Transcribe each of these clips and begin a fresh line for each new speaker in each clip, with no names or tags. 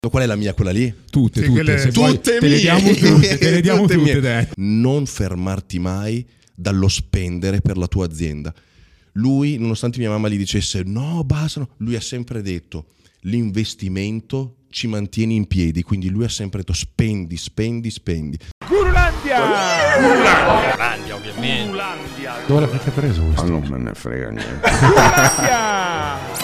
Qual è la mia? Quella lì?
Tutte.
Tutte
te le diamo tutte, te le diamo tutte. Dai.
Non fermarti mai dallo spendere per la tua azienda. Lui, nonostante mia mamma gli dicesse no, basta, no, lui ha sempre detto l'investimento ci mantiene in piedi, quindi lui ha sempre detto spendi.
Gurulandia, ovviamente.
Gurulandia. Dove l'avete preso questo?
Ma non me ne frega niente.
Gurulandia.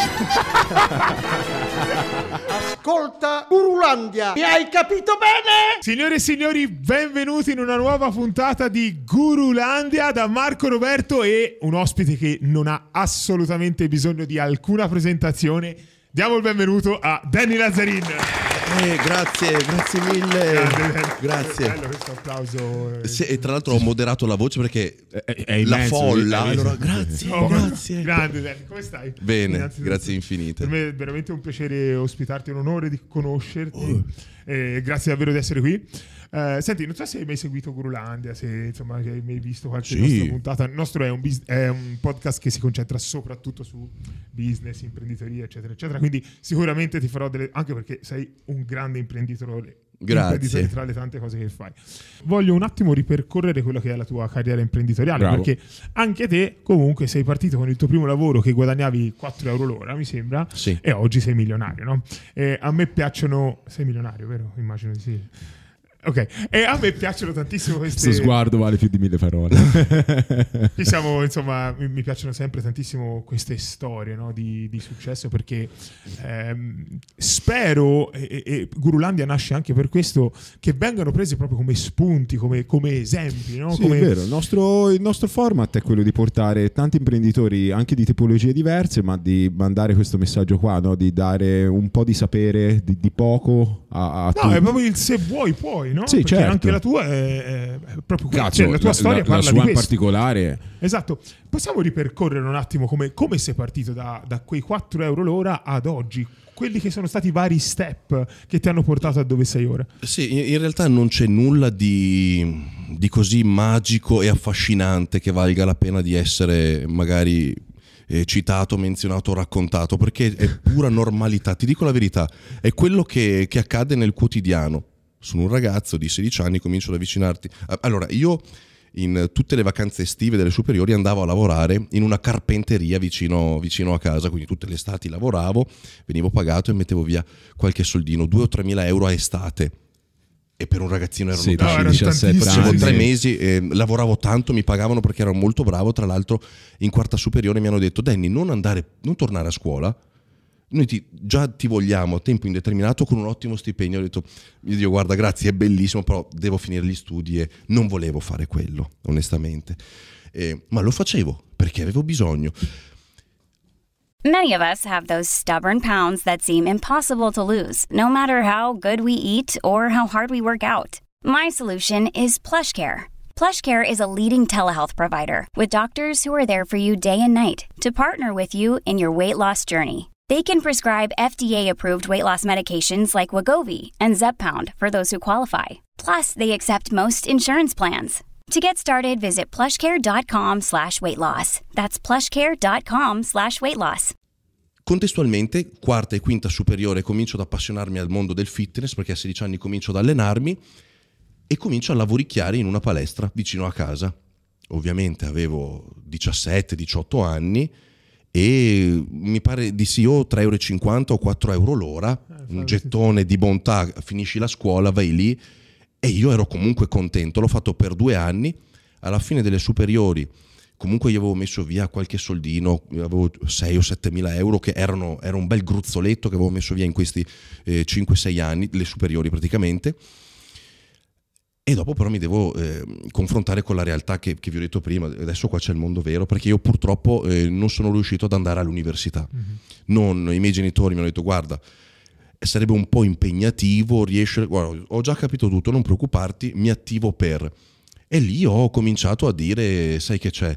Ascolta Gurulandia, mi hai capito bene?
Signore e signori, benvenuti in una nuova puntata di Gurulandia da Marco Roberto e un ospite che non ha assolutamente bisogno di alcuna presentazione. Diamo il benvenuto a Danny Lazzarin.
Grazie mille. Grazie.
Bello questo applauso.
E tra l'altro ho moderato la voce perché
è
la
immenso,
folla.
è
Allora, grazie.
Grande Danny, come stai?
Bene, grazie infinite.
Per me è veramente un piacere ospitarti, è un onore di conoscerti. Grazie davvero di essere qui. Senti, non so se hai mai seguito Gurulandia, se insomma hai mai visto qualche nostra puntata. Il nostro è un podcast che si concentra soprattutto su business, imprenditoria, eccetera, eccetera. Quindi sicuramente ti farò anche perché sei un grande imprenditore.
Grazie.
Tra le tante cose che fai. Voglio un attimo ripercorrere quello che è la tua carriera imprenditoriale.
Bravo.
Perché anche te comunque sei partito con il tuo primo lavoro che guadagnavi 4 euro l'ora, mi sembra,
sì.
E oggi sei milionario, no? A me piacciono... Sei milionario, vero? Immagino di sì. Ok, e a me piacciono tantissimo queste...
Questo sguardo vale più di 1000 parole.
Diciamo, insomma, mi piacciono sempre tantissimo queste storie, no, di successo, perché spero, e Gurulandia nasce anche per questo, che vengano presi proprio come spunti, come esempi, no?
Sì, è vero. Il nostro format è quello di portare tanti imprenditori anche di tipologie diverse, ma di mandare questo messaggio qua, no? Di dare un po' di sapere di poco a tutti.
No, è proprio il se vuoi puoi, no?
Sì,
perché
certo.
anche la tua è proprio quella.
Cazzo,
Cioè, la tua storia parla
la
di
sua
questo.
in particolare.
Esatto. Possiamo ripercorrere un attimo come sei partito da quei 4 euro l'ora ad oggi? Quelli che sono stati i vari step che ti hanno portato a dove sei ora?
Sì, in realtà non c'è nulla di così magico e affascinante che valga la pena di essere magari citato, menzionato o raccontato, perché è pura normalità. Ti dico la verità, è quello che accade nel quotidiano. Sono un ragazzo di 16 anni, comincio ad avvicinarti. Allora, io in tutte le vacanze estive delle superiori andavo a lavorare in una carpenteria vicino a casa, quindi tutte le estati lavoravo, venivo pagato e mettevo via qualche soldino, 2 o 3 mila euro a estate. E per un ragazzino erano
erano
17
tantissimi.
anni.
3 mesi, lavoravo tanto, mi pagavano perché ero molto bravo. Tra l'altro in quarta superiore mi hanno detto: Danny, non tornare a scuola, noi già ti vogliamo a tempo indeterminato con un ottimo stipendio. Ho detto: mio Dio, guarda, grazie, è bellissimo, però devo finire gli studi e non volevo fare quello, onestamente, ma lo facevo perché avevo bisogno.
Many of us have those stubborn pounds that seem impossible to lose, no matter how good we eat or how hard we work out. My solution is PlushCare. PlushCare is a leading telehealth provider with doctors who are there for you day and night to partner with you in your weight loss journey. They can prescribe FDA-approved weight loss medications like Wegovy and Zepbound for those who qualify. Plus, they accept most insurance plans. To get started, visit plushcare.com/weightloss. That's plushcare.com/weightloss.
Contestualmente, quarta e quinta superiore, comincio ad appassionarmi al mondo del fitness, perché a 16 anni comincio ad allenarmi e comincio a lavoricchiare in una palestra vicino a casa. Ovviamente avevo 17-18 anni e mi pare di sì, o 3,50 euro o 4 euro l'ora, un gettone di bontà, finisci la scuola, vai lì. E io ero comunque contento, l'ho fatto per 2 anni. Alla fine delle superiori comunque io avevo messo via qualche soldino, avevo 6 o 7 mila euro, che era un bel gruzzoletto che avevo messo via in questi 5-6 anni, le superiori praticamente. E dopo però mi devo confrontare con la realtà che vi ho detto prima. Adesso qua c'è il mondo vero, perché io purtroppo non sono riuscito ad andare all'università. I miei genitori mi hanno detto: guarda, sarebbe un po' impegnativo, guarda, ho già capito tutto, non preoccuparti, mi attivo per. E lì ho cominciato a dire: sai che c'è,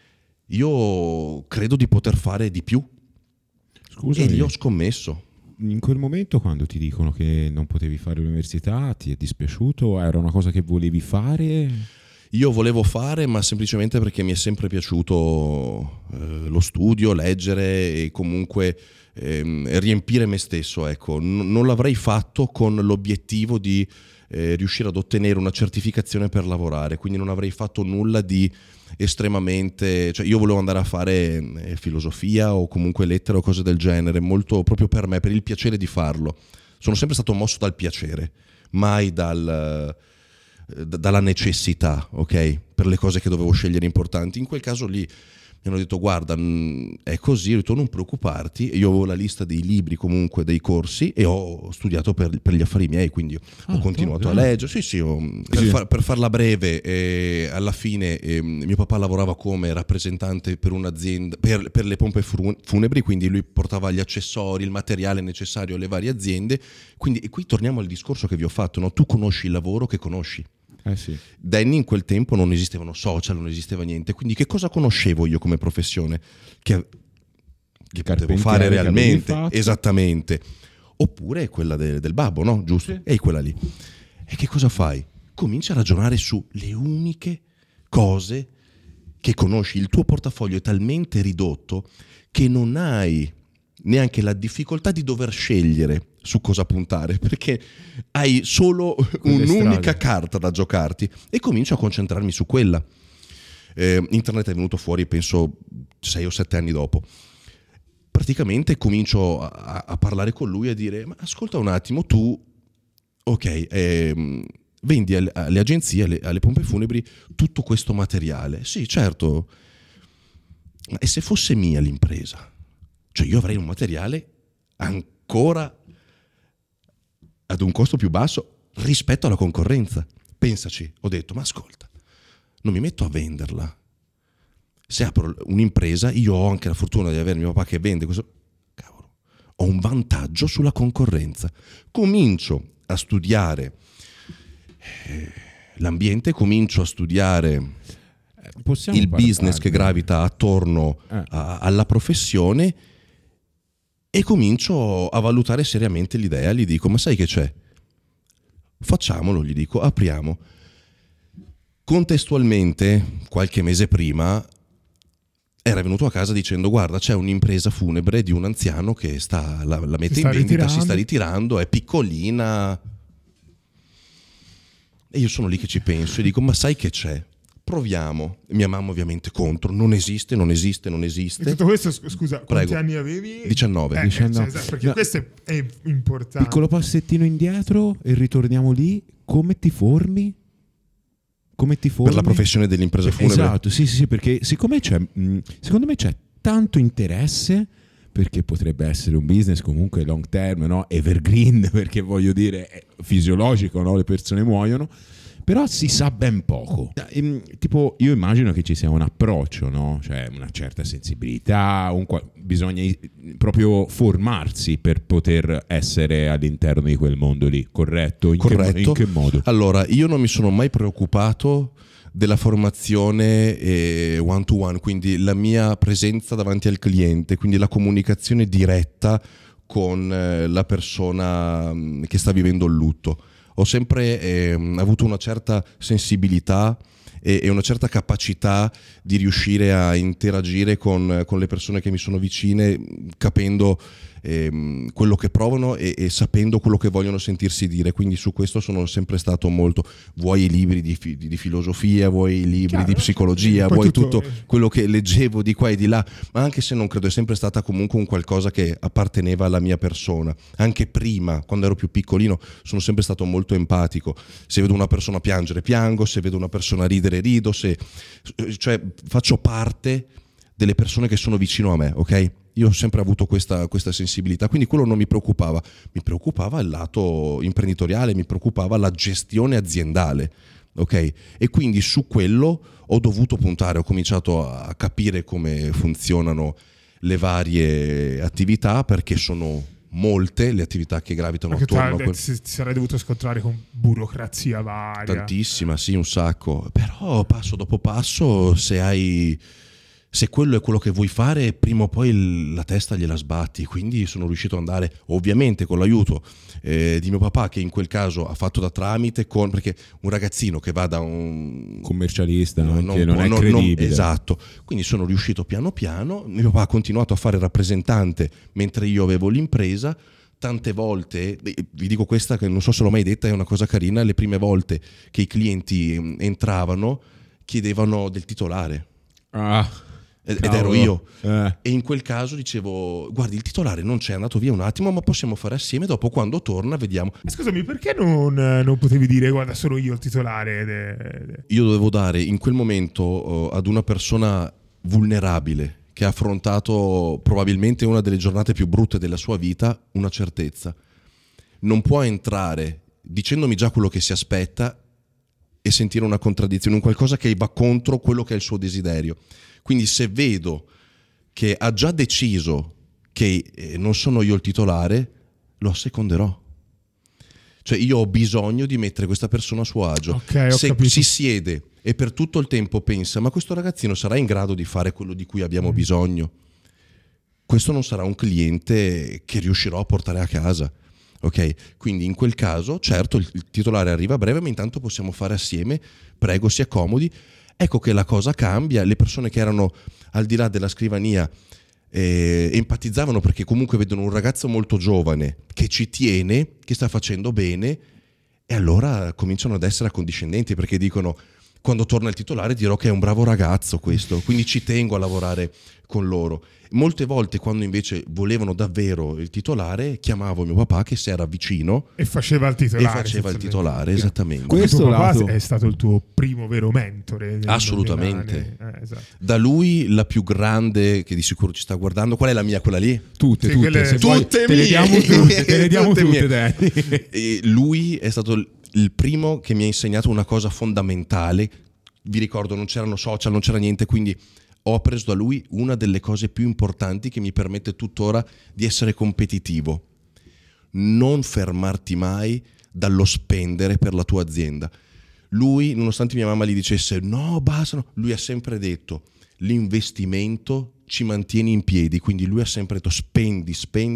io credo di poter fare di più.
Scusami,
e lì ho scommesso.
In quel momento, quando ti dicono che non potevi fare l'università, ti è dispiaciuto? Era una cosa che volevi fare?
io volevo fare, ma semplicemente perché mi è sempre piaciuto lo studio, leggere e comunque riempire me stesso, ecco. Non l'avrei fatto con l'obiettivo di riuscire ad ottenere una certificazione per lavorare, quindi non avrei fatto nulla di estremamente, cioè io volevo andare a fare filosofia o comunque lettere o cose del genere, molto proprio per me, per il piacere di farlo. Sono sempre stato mosso dal piacere, mai dalla necessità, ok? Per le cose che dovevo scegliere importanti. In quel caso lì mi hanno detto guarda, è così, ho detto non preoccuparti, e io avevo la lista dei libri comunque, dei corsi, e ho studiato per gli affari miei, quindi ho continuato a leggere, per farla breve, alla fine mio papà lavorava come rappresentante per un'azienda, per le pompe funebri, quindi lui portava gli accessori, il materiale necessario alle varie aziende, quindi, e qui torniamo al discorso che vi ho fatto, no? Tu conosci il lavoro che conosci.
Sì.
Danny, in quel tempo non esistevano social, non esisteva niente, quindi che cosa conoscevo io come professione che potevo fare realmente, esattamente, oppure quella del babbo, no? Giusto? Sì. E quella lì. E che cosa fai? Cominci a ragionare sulle uniche cose che conosci. Il tuo portafoglio è talmente ridotto che non hai neanche la difficoltà di dover scegliere su cosa puntare, perché hai solo un'unica carta da giocarti, e comincio a concentrarmi su quella. Internet è venuto fuori penso 6 o 7 anni dopo. Praticamente comincio a parlare con lui e a dire ma ascolta un attimo, tu vendi alle agenzie, alle pompe funebri tutto questo materiale? Sì, certo. E se fosse mia l'impresa? Cioè io avrei un materiale ancora ad un costo più basso rispetto alla concorrenza. Pensaci, ho detto, ma ascolta, non mi metto a venderla. Se apro un'impresa, io ho anche la fortuna di avere mio papà che vende questo. Cavolo, ho un vantaggio sulla concorrenza. Comincio a studiare l'ambiente, comincio a studiare il business che gravita attorno alla professione, e comincio a valutare seriamente l'idea. Gli dico, ma sai che c'è? Facciamolo, gli dico, apriamo. Contestualmente, qualche mese prima, era venuto a casa dicendo guarda, c'è un'impresa funebre di un anziano che la mette in vendita, si sta ritirando, è piccolina. E io sono lì che ci penso e dico, ma sai che c'è? Proviamo. Mia mamma ovviamente contro, non esiste.
E tutto questo, scusa, quanti anni avevi?
19.
Esatto, perché questo è importante.
Piccolo passettino indietro e ritorniamo lì. Come ti formi? Per la professione dell'impresa funebre? Esatto, sì, perché secondo me c'è tanto interesse, perché potrebbe essere un business comunque long term, no? Evergreen, perché voglio dire è fisiologico, no? Le persone muoiono. Però si sa ben poco. Tipo, io immagino che ci sia un approccio, no? Cioè una certa sensibilità, bisogna proprio formarsi per poter essere all'interno di quel mondo lì, corretto?
Corretto.
In che modo?
Allora, io non mi sono mai preoccupato della formazione one to one, quindi la mia presenza davanti al cliente, quindi la comunicazione diretta con la persona che sta vivendo il lutto. Ho sempre avuto una certa sensibilità e una certa capacità di riuscire a interagire con le persone che mi sono vicine, capendo quello che provano e sapendo quello che vogliono sentirsi dire. Quindi su questo sono sempre stato molto, vuoi i libri di filosofia, vuoi i libri di psicologia, vuoi tutto quello che leggevo di qua e di là, ma anche se non credo, è sempre stata comunque un qualcosa che apparteneva alla mia persona. Anche prima, quando ero più piccolino, sono sempre stato molto empatico. Se vedo una persona piangere, piango; se vedo una persona ridere, rido. Cioè faccio parte delle persone che sono vicino a me, ok? Io ho sempre avuto questa sensibilità, quindi quello non mi preoccupava. Mi preoccupava il lato imprenditoriale, mi preoccupava la gestione aziendale, ok? E quindi su quello ho dovuto puntare, ho cominciato a capire come funzionano le varie attività, perché sono molte le attività che gravitano attorno a quel...
Ti sarei dovuto scontrare con burocrazia varia.
Tantissima, sì, un sacco. Però passo dopo passo, se hai se quello è quello che vuoi fare, prima o poi la testa gliela sbatti. Quindi sono riuscito ad andare, ovviamente con l'aiuto di mio papà, che in quel caso ha fatto da tramite, perché un ragazzino che va da un
commercialista non è credibile.
Esatto, quindi sono riuscito piano piano. Mio papà ha continuato a fare rappresentante mentre io avevo l'impresa. Tante volte, vi dico questa che non so se l'ho mai detta, è una cosa carina, le prime volte che i clienti entravano chiedevano del titolare. Ed ero io. E in quel caso dicevo: guardi, il titolare non c'è, è andato via un attimo, ma possiamo fare assieme, dopo quando torna vediamo.
Scusami, perché non potevi dire guarda, sono io il titolare?
Io dovevo dare in quel momento ad una persona vulnerabile, che ha affrontato probabilmente una delle giornate più brutte della sua vita, una certezza. Non può entrare dicendomi già quello che si aspetta e sentire una contraddizione, un qualcosa che va contro quello che è il suo desiderio. Quindi se vedo che ha già deciso che non sono io il titolare, lo asseconderò. Cioè io ho bisogno di mettere questa persona a suo agio. Se si siede e per tutto il tempo pensa: ma questo ragazzino sarà in grado di fare quello di cui abbiamo bisogno, questo non sarà un cliente che riuscirò a portare a casa. Ok? Quindi in quel caso, certo, il titolare arriva a breve, ma intanto possiamo fare assieme, prego, si accomodi. Ecco che la cosa cambia. Le persone che erano al di là della scrivania empatizzavano, perché comunque vedono un ragazzo molto giovane che ci tiene, che sta facendo bene, e allora cominciano ad essere accondiscendenti, perché dicono: quando torna il titolare dirò che è un bravo ragazzo questo, quindi ci tengo a lavorare con loro. Molte volte, quando invece volevano davvero il titolare, chiamavo mio papà, che si era vicino
e faceva il
titolare. Esattamente.
Questo tuo papà è stato il tuo primo vero mentore.
Assolutamente.
Esatto.
Da lui la più grande, che di sicuro ci sta guardando. Qual è la mia? Quella lì?
Tutte.
Se
vuoi, te le diamo tutte, Danny.
E lui è stato il primo che mi ha insegnato una cosa fondamentale. Vi ricordo, non c'erano social, non c'era niente, quindi ho appreso da lui una delle cose più importanti che mi permette tuttora di essere competitivo: non fermarti mai dallo spendere per la tua azienda. Lui, nonostante mia mamma gli dicesse no, basta, no, lui ha sempre detto: l'investimento ci mantiene in piedi. Quindi lui ha sempre detto: spendi.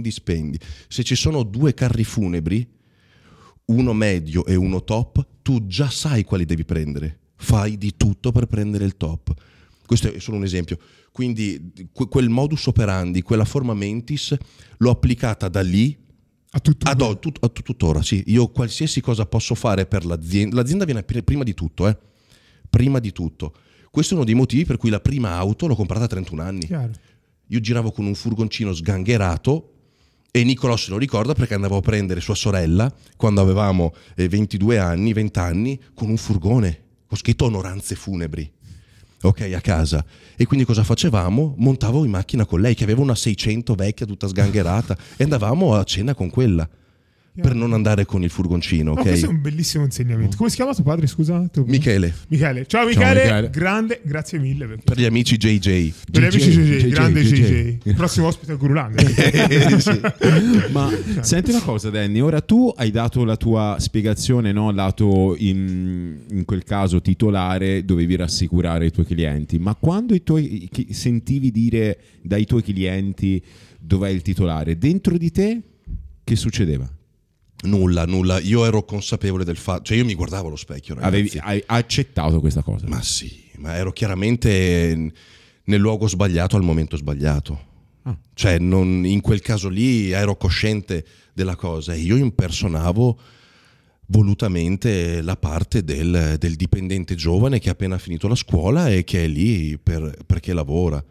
Se ci sono 2 carri funebri, uno medio e uno top, tu già sai quali devi prendere, fai di tutto per prendere il top. Questo è solo un esempio. Quindi quel modus operandi, quella forma mentis, l'ho applicata da lì a tuttora. Sì, io qualsiasi cosa posso fare per l'azienda viene prima di tutto. Prima di tutto. Questo è uno dei motivi per cui la prima auto l'ho comprata a 31 anni.
Chiaro.
Io giravo con un furgoncino sgangherato, e Nicolò se lo ricorda perché andavo a prendere sua sorella quando avevamo 20 anni, con un furgone con scritto Onoranze Funebri. Ok, a casa. E quindi cosa facevamo? Montavo in macchina con lei, che aveva una 600 vecchia tutta sgangherata, e andavamo a cena con quella, per non andare con il furgoncino. Ok,
questo è un bellissimo insegnamento. Come si chiama tuo padre, scusa?
Michele.
Ciao Michele. Grande, grazie mille
per gli amici JJ.
Per gli amici JJ, grande JJ. Il prossimo ospite a Gurulandia.
Sì.
Ma senti una cosa, Danny, ora tu hai dato la tua spiegazione, no? Lato in quel caso titolare, dovevi rassicurare i tuoi clienti, ma quando sentivi dire dai tuoi clienti dov'è il titolare, dentro di te che succedeva?
Nulla. Io ero consapevole del fatto, cioè io mi guardavo allo specchio, ragazzi.
Hai accettato questa cosa?
Ma sì, ma ero chiaramente nel luogo sbagliato al momento sbagliato. Cioè in quel caso lì ero cosciente della cosa, e io impersonavo volutamente la parte del dipendente giovane che ha appena finito la scuola e che è lì perché lavora.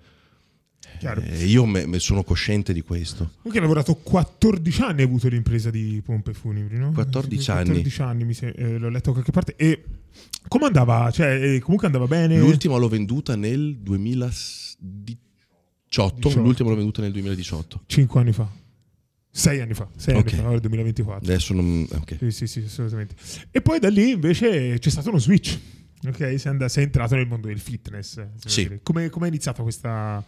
Io sono cosciente di questo.
Comunque hai lavorato 14 anni, hai avuto l'impresa di pompe funebri, no?
14 anni.
14 anni, l'ho letto da qualche parte. E come andava? Cioè, comunque andava bene?
L'ultima l'ho venduta nel 2018. L'ultima l'ho venduta nel 2018.
5 anni fa. 6 anni fa. 6 anni fa, ora è il 2024.
Adesso non... Okay.
Sì, assolutamente. E poi da lì invece c'è stato uno switch. Ok, sei entrato nel mondo del fitness.
Sì.
Come è iniziata questa...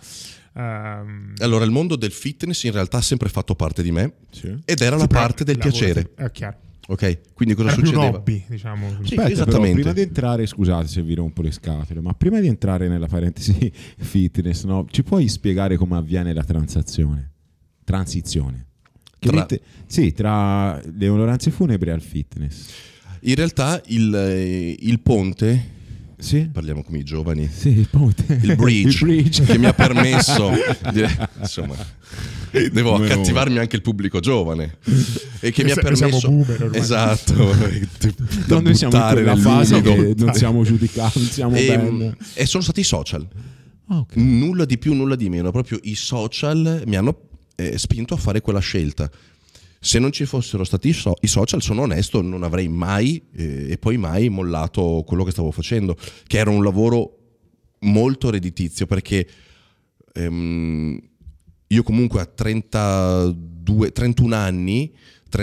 Allora, il mondo del fitness in realtà ha sempre fatto parte di me, sì. Ed era la parte del piacere.
Chiaro.
Ok, quindi cosa
era
succedeva?
Più un hobby, diciamo.
Sì,
Aspetta,
esattamente.
però, prima di entrare, scusate se vi rompo le scatole, ma prima di entrare nella parentesi fitness, no, ci puoi spiegare come avviene la transizione? Tra le onoranze funebri al fitness.
In realtà il ponte,
sì?
Parliamo come i giovani,
sì, il ponte.
il bridge che mi ha permesso insomma, devo accattivarmi anche il pubblico giovane e che mi ha permesso,
siamo boomer ormai.
Esatto,
no, noi siamo in quella fase che non siamo giudicati, non siamo bene.
E sono stati i social.
Okay.
Nulla di più, nulla di meno, proprio i social mi hanno spinto a fare quella scelta. Se non ci fossero stati i social, sono onesto, non avrei mai e poi mai mollato quello che stavo facendo, che era un lavoro molto redditizio, perché io comunque a 31 anni,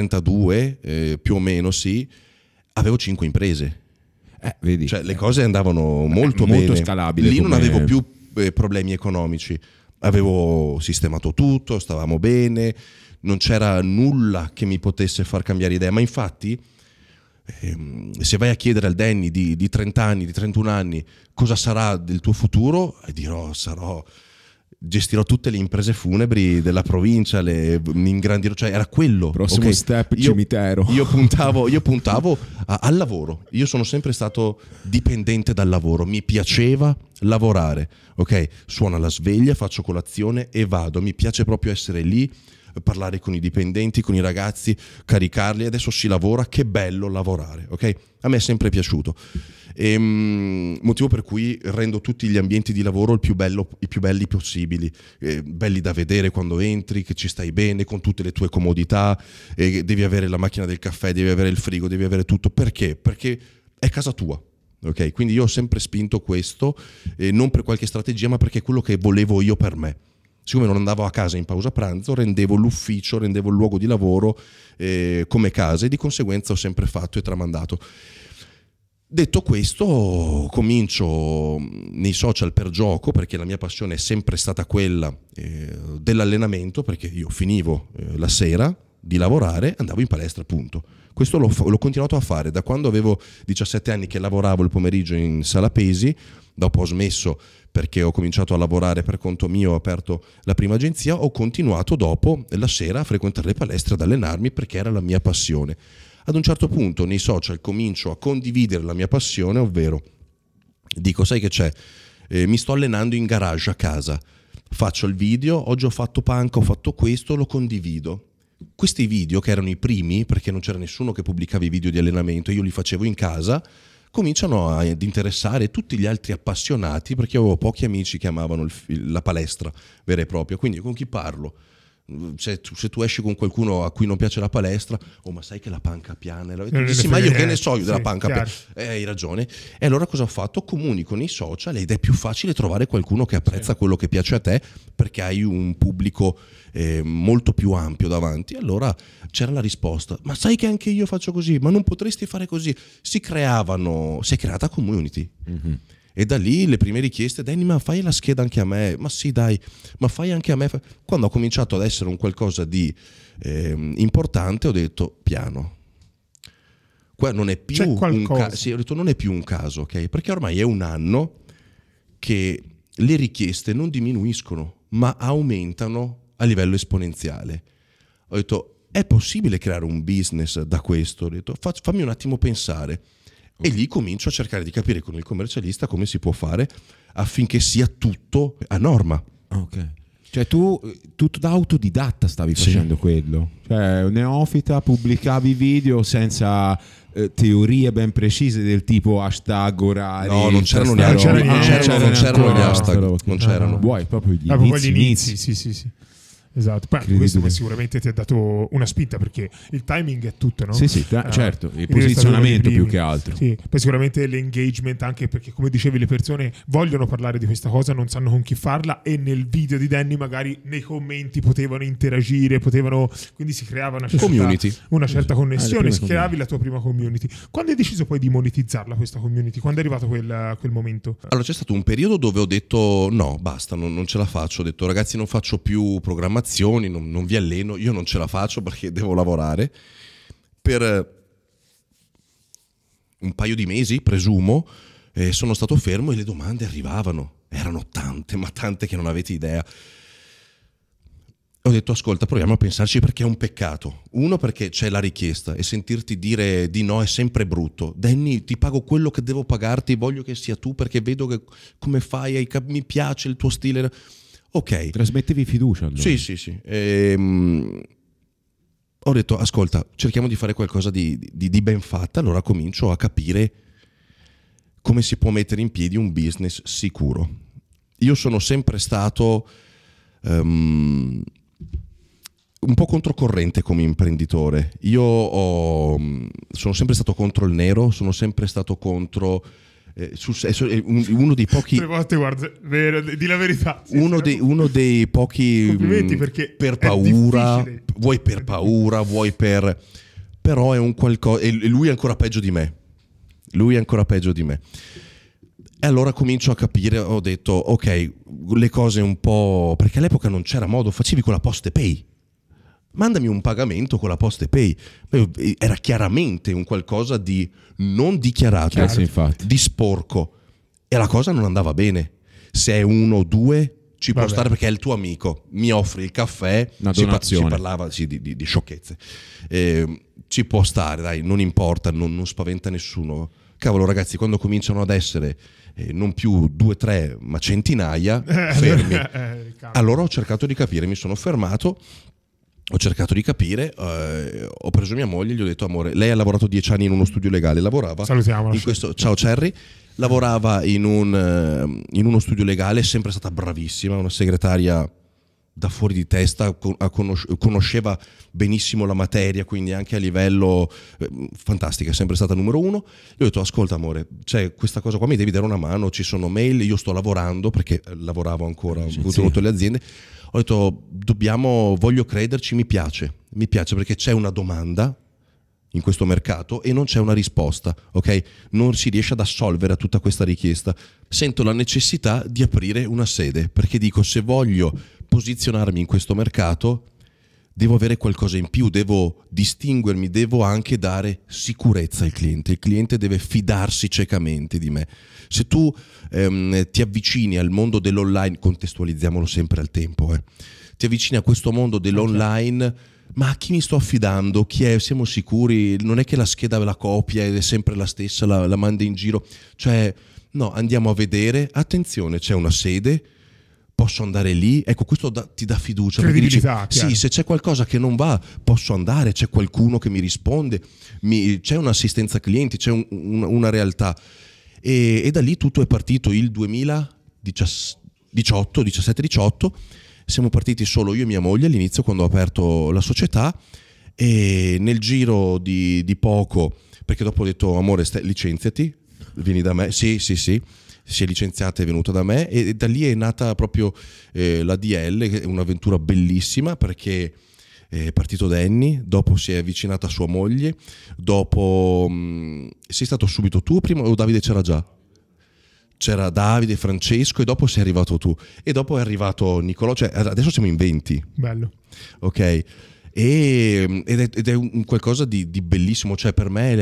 32 più o meno, sì, avevo 5 imprese.
Vedi,
cioè le cose andavano molto bene.
Scalabile.
Lì non avevo più problemi economici, avevo sistemato tutto, stavamo bene, non c'era nulla che mi potesse far cambiare idea. Ma infatti se vai a chiedere al Danny di 30 anni, di 31 anni cosa sarà del tuo futuro, dirò gestirò tutte le imprese funebri della provincia, le ingrandirò, cioè era quello.
Prossimo step, cimitero.
Io puntavo al lavoro. Io sono sempre stato dipendente dal lavoro, mi piaceva lavorare, ok? Suona la sveglia, faccio colazione e vado, mi piace proprio essere lì, parlare con i dipendenti, con i ragazzi, caricarli. Adesso si lavora, che bello lavorare, ok? A me è sempre piaciuto. Motivo per cui rendo tutti gli ambienti di lavoro i più belli possibili, belli da vedere quando entri, che ci stai bene con tutte le tue comodità, devi avere la macchina del caffè, devi avere il frigo, devi avere tutto. Perché? Perché è casa tua. Ok, quindi io ho sempre spinto questo, non per qualche strategia, ma perché è quello che volevo io per me. Siccome non andavo a casa in pausa pranzo, rendevo l'ufficio, rendevo il luogo di lavoro come casa, e di conseguenza ho sempre fatto e tramandato. Detto questo, comincio nei social per gioco, perché la mia passione è sempre stata quella dell'allenamento, perché io finivo la sera di lavorare, andavo in palestra, appunto. Questo l'ho continuato a fare da quando avevo 17 anni, che lavoravo il pomeriggio in sala pesi. Dopo ho smesso perché ho cominciato a lavorare per conto mio, ho aperto la prima agenzia, ho continuato dopo la sera a frequentare le palestre, ad allenarmi, perché era la mia passione. Ad un certo punto nei social comincio a condividere la mia passione, ovvero dico: sai che c'è? Mi sto allenando in garage a casa, faccio il video, oggi ho fatto panca, ho fatto questo, lo condivido. Questi video, che erano i primi, perché non c'era nessuno che pubblicava i video di allenamento, io li facevo in casa, cominciano ad interessare tutti gli altri appassionati, perché avevo pochi amici che amavano la palestra vera e propria. Quindi con chi parlo? Se tu esci con qualcuno a cui non piace la palestra, ma sai che la panca piana, ma io che ne so io della panca piana, hai ragione. E allora cosa ho fatto? Comunico nei social, ed è più facile trovare qualcuno che apprezza quello che piace a te, perché hai un pubblico molto più ampio davanti. Allora c'era la risposta: ma sai che anche io faccio così, ma non potresti fare così? Si è creata community. Mm-hmm. E da lì le prime richieste: Danny, ma fai la scheda anche a me? Ma sì, dai, ma fai anche a me. Quando ho cominciato ad essere un qualcosa di importante, ho detto: piano. Qua non è più un caso. Sì, ho detto: non è più un caso, ok? Perché ormai è un anno che le richieste non diminuiscono, ma aumentano a livello esponenziale. Ho detto: è possibile creare un business da questo? Ho detto: fammi un attimo pensare. E lì comincio a cercare di capire con il commercialista come si può fare affinché sia tutto a norma.
Ok. Cioè tu tutto da autodidatta stavi facendo quello? Cioè neofita, pubblicavi video senza teorie ben precise del tipo hashtag orari?
No, non c'erano neanche gli hashtag. Non c'erano.
Vuoi proprio gli inizi?
Sì. Esatto, poi questo sicuramente ti ha dato una spinta, perché il timing è tutto, no?
Sì, certo, il posizionamento più che altro.
Sì, poi sicuramente l'engagement, anche perché, come dicevi, le persone vogliono parlare di questa cosa, non sanno con chi farla, e nel video di Danny magari nei commenti potevano interagire, quindi si creava una certa connessione, si creavi la tua prima community. Quando hai deciso poi di monetizzarla questa community? Quando è arrivato quel momento?
Allora c'è stato un periodo dove ho detto: no, basta, non ce la faccio. Ho detto: ragazzi, non faccio più programmazione, non vi alleno, io non ce la faccio perché devo lavorare. Per un paio di mesi, presumo, sono stato fermo e le domande arrivavano. Erano tante, ma tante che non avete idea. Ho detto, ascolta, proviamo a pensarci, perché è un peccato. Uno, perché c'è la richiesta e sentirti dire di no è sempre brutto. Danny, ti pago quello che devo pagarti, voglio che sia tu perché vedo che come fai, mi piace il tuo stile. Ok.
Trasmettevi fiducia allora.
Sì. Ho detto, ascolta, cerchiamo di fare qualcosa di ben fatta. Allora comincio a capire come si può mettere in piedi un business sicuro. Io sono sempre stato un po' controcorrente come imprenditore. Sono sempre stato contro il nero, sono sempre stato contro uno dei pochi.
3 volte, guarda, vero, di la verità. Sì,
uno dei pochi.
Complimenti, perché
per paura, vuoi per paura, vuoi per. Però è un qualcosa. E lui è ancora peggio di me. E allora comincio a capire, ho detto, ok, le cose un po'. Perché all'epoca non c'era modo, facevi con la PostePay. Mandami un pagamento con la PostePay. Era chiaramente un qualcosa di non dichiarato, di sporco. E la cosa non andava bene. Se è 1 o 2 ci può stare, perché è il tuo amico, mi offri il caffè,
una donazione.
Si parlava di sciocchezze. Ci può stare, dai, non importa, non spaventa nessuno. Cavolo ragazzi, quando cominciano ad essere non più 2, 3, ma centinaia, fermi. Allora ho cercato di capire, mi sono fermato. Ho cercato di capire, ho preso mia moglie e gli ho detto, amore, lei ha lavorato 10 anni in uno studio legale, lavorava
salutiamola,
ciao Cherry, lavorava in uno studio legale, è sempre stata bravissima, una segretaria da fuori di testa, conosceva benissimo la materia, quindi anche a livello fantastica, è sempre stata numero 1. Gli ho detto, ascolta amore, c'è questa cosa qua, mi devi dare una mano, ci sono mail, io sto lavorando, perché lavoravo ancora, ho avuto le aziende. Ho detto, voglio crederci, mi piace perché c'è una domanda in questo mercato e non c'è una risposta, ok? Non si riesce ad assolvere a tutta questa richiesta. Sento la necessità di aprire una sede, perché dico, se voglio posizionarmi in questo mercato devo avere qualcosa in più, devo distinguermi, devo anche dare sicurezza al cliente. Il cliente deve fidarsi ciecamente di me. Se tu ti avvicini al mondo dell'online, contestualizziamolo sempre al tempo, ti avvicini a questo mondo dell'online, ma a chi mi sto affidando? Chi è? Siamo sicuri? Non è che la scheda la copia ed è sempre la stessa, la manda in giro? Cioè, no, andiamo a vedere, attenzione, c'è una sede, posso andare lì, ecco, questo ti dà fiducia, perché dici, sì, se c'è qualcosa che non va posso andare, c'è qualcuno che mi risponde, c'è un'assistenza clienti, c'è una realtà, e da lì tutto è partito. Il 2017-18 siamo partiti solo io e mia moglie all'inizio, quando ho aperto la società, e nel giro di poco, perché dopo ho detto, amore, licenziati, vieni da me, sì, si è licenziata, è venuta da me, e da lì è nata proprio la DL, che è un'avventura bellissima, perché è partito Danny, dopo si è avvicinata sua moglie, dopo sei stato subito tu prima o Davide c'era già? C'era Davide, Francesco, e dopo sei arrivato tu, e dopo è arrivato Nicolò, cioè adesso siamo in 20.
Bello.
Ok. Ed è un qualcosa di bellissimo, cioè per me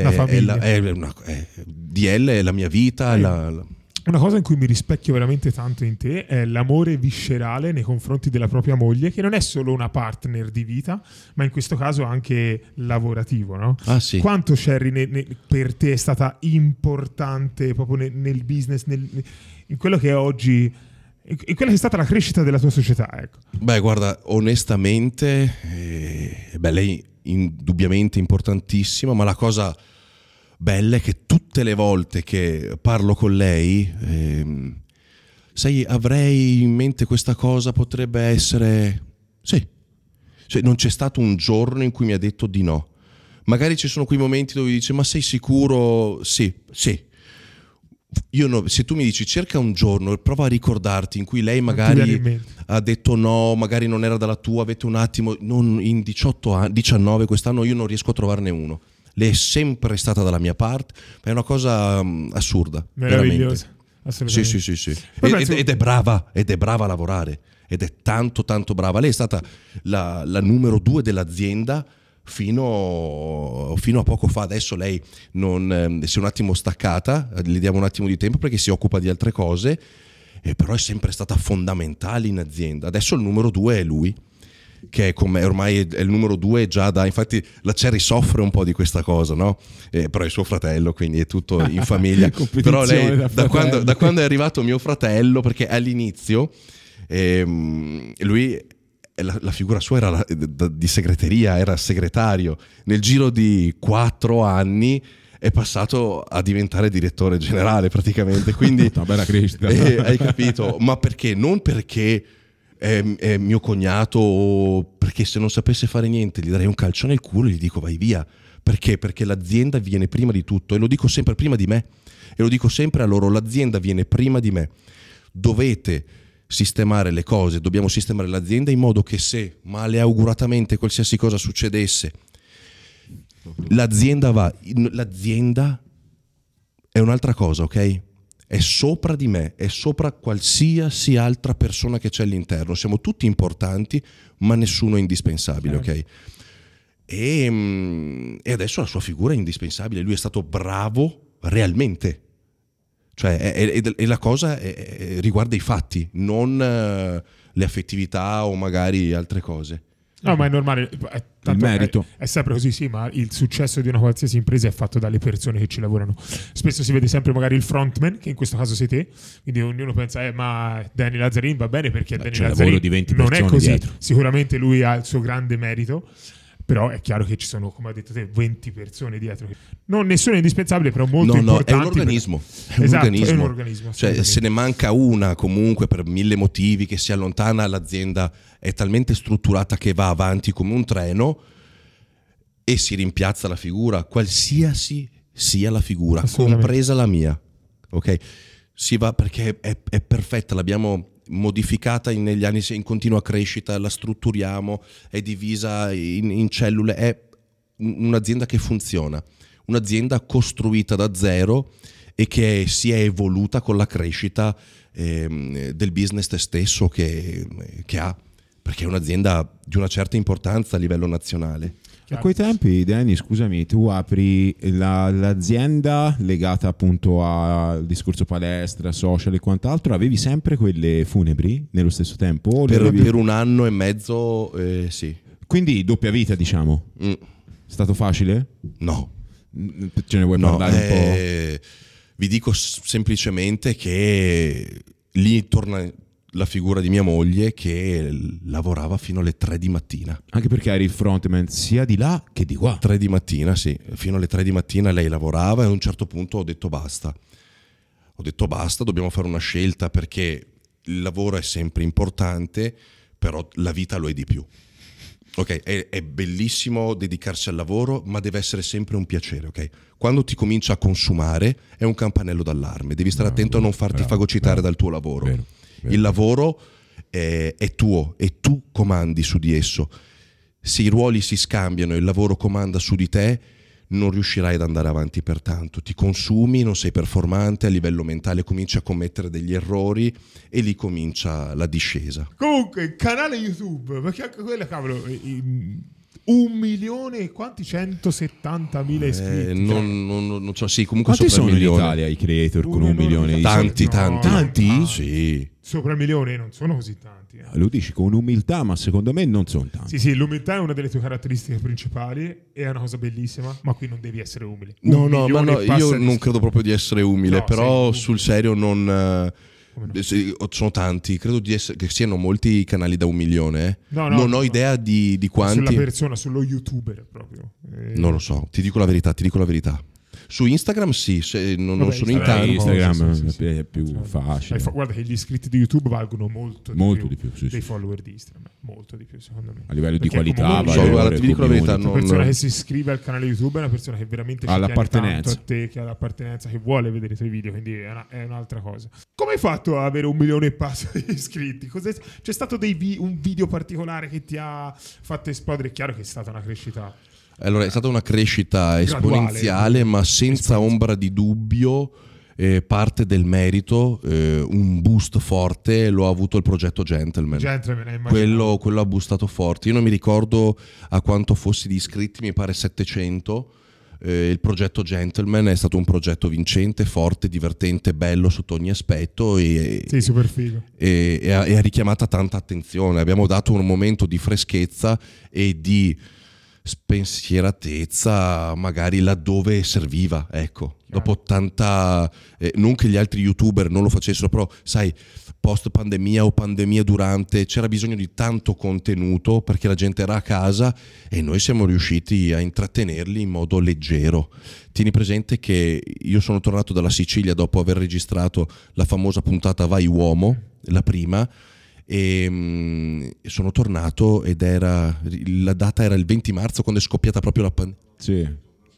DL è la mia vita,
Una cosa in cui mi rispecchio veramente tanto in te è l'amore viscerale nei confronti della propria moglie, che non è solo una partner di vita, ma in questo caso anche lavorativo, no?
Ah, sì.
Quanto Cherry per te è stata importante proprio nel business, in quello che è oggi, in quella che è stata la crescita della tua società, ecco.
Beh, guarda, onestamente, lei indubbiamente importantissima, ma la cosa bella è che tutte le volte che parlo con lei, sai, avrei in mente questa cosa, potrebbe essere, sì, cioè non c'è stato un giorno in cui mi ha detto di no. Magari ci sono quei momenti dove dice, ma sei sicuro? Sì. Io no, se tu mi dici cerca un giorno, prova a ricordarti in cui lei magari ha detto no, magari non era dalla tua, avete un attimo, non, in 18 anni, 19 quest'anno io non riesco a trovarne uno. Lei è sempre stata dalla mia parte, è una cosa assurda,
meravigliosa,
veramente. Sì. Ed è brava a lavorare, ed è tanto brava. Lei è stata la numero 2 dell'azienda fino a poco fa. Adesso lei non si è un attimo staccata, le diamo un attimo di tempo perché si occupa di altre cose, però è sempre stata fondamentale in azienda. Adesso il numero 2 è lui, che è come ormai è il numero 2 già da, infatti la Cherry soffre un po' di questa cosa, no? Però è suo fratello, quindi è tutto in famiglia. Però lei da quando è arrivato mio fratello, perché all'inizio lui, la figura sua era di segreteria, era segretario. Nel giro di 4 anni è passato a diventare direttore generale praticamente, quindi
una bella crescita.
Hai capito? Ma perché? Non perché è mio cognato, o perché se non sapesse fare niente gli darei un calcio nel culo e gli dico vai via. Perché? Perché l'azienda viene prima di tutto, e lo dico sempre, prima di me, e lo dico sempre a loro, l'azienda viene prima di me. Dovete sistemare le cose, dobbiamo sistemare l'azienda in modo che se maleauguratamente qualsiasi cosa succedesse, l'azienda è un'altra cosa, ok? È sopra di me, è sopra qualsiasi altra persona che c'è all'interno. Siamo tutti importanti, ma nessuno è indispensabile, ok? E adesso la sua figura è indispensabile. Lui è stato bravo realmente. Cioè, e la cosa riguarda i fatti, non le affettività o magari altre cose.
No, ma è normale,
il merito.
È sempre così, sì, ma il successo di una qualsiasi impresa è fatto dalle persone che ci lavorano. Spesso si vede sempre magari il frontman, che in questo caso sei te, quindi ognuno pensa ma Danny Lazzarin va bene perché Danny Lazzarin
di 20
non è così
dietro.
Sicuramente lui ha il suo grande merito, però è chiaro che ci sono, come ha detto te, 20 persone dietro. Non nessuno è indispensabile, però molto importanti.
È un organismo.
È un organismo.
Cioè, se ne manca una comunque per 1000 motivi che si allontana, l'azienda è talmente strutturata che va avanti come un treno e si rimpiazza la figura, qualsiasi sia la figura, compresa la mia. Ok? Si va perché è perfetta, l'abbiamo modificata negli anni, in continua crescita, la strutturiamo, è divisa in cellule, è un'azienda che funziona, un'azienda costruita da zero e che si è evoluta con la crescita del business stesso che ha, perché è un'azienda di una certa importanza a livello nazionale.
A quei tempi, Danny, scusami, tu apri l'azienda legata appunto al discorso palestra, social e quant'altro, avevi sempre quelle funebri nello stesso tempo?
Per 1 anno e mezzo, sì.
Quindi doppia vita, diciamo. È stato facile?
No.
Ce ne vuoi parlare un po'?
Vi dico semplicemente che lì torna la figura di mia moglie che lavorava fino alle 3 di mattina.
Anche perché eri il frontman sia di là che di qua.
3 di mattina, sì. Fino alle 3 di mattina lei lavorava e a un certo punto ho detto basta. Dobbiamo fare una scelta perché il lavoro è sempre importante, però la vita lo è di più. Ok, è bellissimo dedicarsi al lavoro, ma deve essere sempre un piacere, ok? Quando ti comincia a consumare è un campanello d'allarme, devi stare attento a non farti fagocitare dal tuo lavoro. Vero. Il lavoro è tuo e tu comandi su di esso. Se i ruoli si scambiano e il lavoro comanda su di te, non riuscirai ad andare avanti per tanto. Ti consumi, non sei performante, a livello mentale cominci a commettere degli errori e lì comincia la discesa.
Comunque, canale YouTube, perché anche quella, cavolo, 1.000.000 e quanti? 170.000 iscritti.
Non so, sì, comunque
quanti
sopra
sono
il milione.
In Italia i creator con 1 milione?
Tanti.
Tanti?
Sì.
Sopra il milione non sono così tanti.
Lo dici con umiltà, ma secondo me non sono tanti.
Sì, l'umiltà è una delle tue caratteristiche principali, è una cosa bellissima, ma qui non devi essere umile.
No, io non credo proprio di essere umile, però sul serio non... Sono tanti, credo che siano molti i canali da 1 milione. Non ho idea di quanti.
Sulla persona, sullo youtuber proprio.
Non lo so, ti dico la verità. Su Instagram sì, non sono in tanti.
Instagram è più facile.
Guarda che gli iscritti di YouTube valgono molto di più
sì,
dei follower di Instagram. Molto di più, secondo me.
A livello di qualità,
guarda, ti dico la verità.
Una persona che si iscrive al canale YouTube è una persona che veramente
ha l'appartenenza
a te, che ha l'appartenenza, che vuole vedere i tuoi video, quindi è un'altra cosa. Come hai fatto ad avere 1 milione e passa di iscritti? C'è stato un video particolare che ti ha fatto esplodere? È chiaro che è stata una crescita.
Allora, è stata una crescita esponenziale, ma senza ombra di dubbio parte del merito, un boost forte lo ha avuto il progetto Gentleman. Quello ha boostato forte. Io non mi ricordo a quanto fossi di iscritti, mi pare 700. Il progetto Gentleman è stato un progetto vincente, forte, divertente, bello sotto ogni aspetto
sì, super figo.
E ha richiamato tanta attenzione. Abbiamo dato un momento di freschezza e di spensieratezza magari laddove serviva, ecco. Dopo tanta non che gli altri youtuber non lo facessero, però sai, post pandemia o pandemia durante, c'era bisogno di tanto contenuto perché la gente era a casa e noi siamo riusciti a intrattenerli in modo leggero. Tieni presente che io sono tornato dalla Sicilia dopo aver registrato la famosa puntata Vai Uomo, la prima, e sono tornato ed la data era il 20 marzo quando è scoppiata proprio la pandemia.
Sì.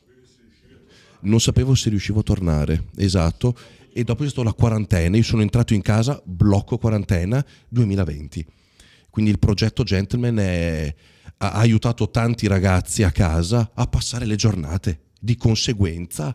Non sapevo se riuscivo a tornare, esatto, e dopo c'è stata la quarantena. Io sono entrato in casa, blocco quarantena 2020. Quindi il progetto Gentleman ha aiutato tanti ragazzi a casa a passare le giornate. Di conseguenza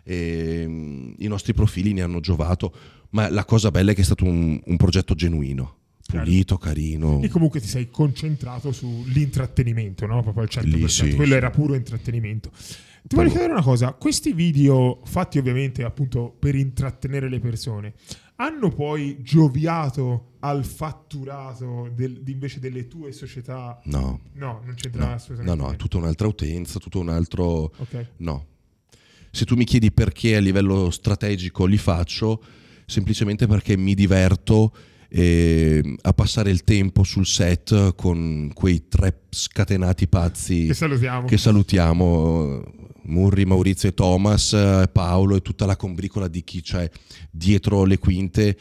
i nostri profili ne hanno giovato, ma la cosa bella è che è stato un progetto genuino, pulito, carino.
E comunque ti sei concentrato sull'intrattenimento, no? Proprio al 100%.
Lì, sì,
quello era puro intrattenimento. Ti voglio chiedere una cosa: questi video fatti ovviamente appunto per intrattenere le persone hanno poi gioviato al fatturato invece delle tue società?
No,
non c'entra assolutamente.
No, è tutta un'altra utenza, tutto un altro.
Okay.
No. Se tu mi chiedi perché a livello strategico li faccio, semplicemente perché mi diverto a passare il tempo sul set con quei 3 scatenati pazzi che salutiamo, Murri, Maurizio e Thomas, Paolo e tutta la combricola di chi c'è dietro le quinte.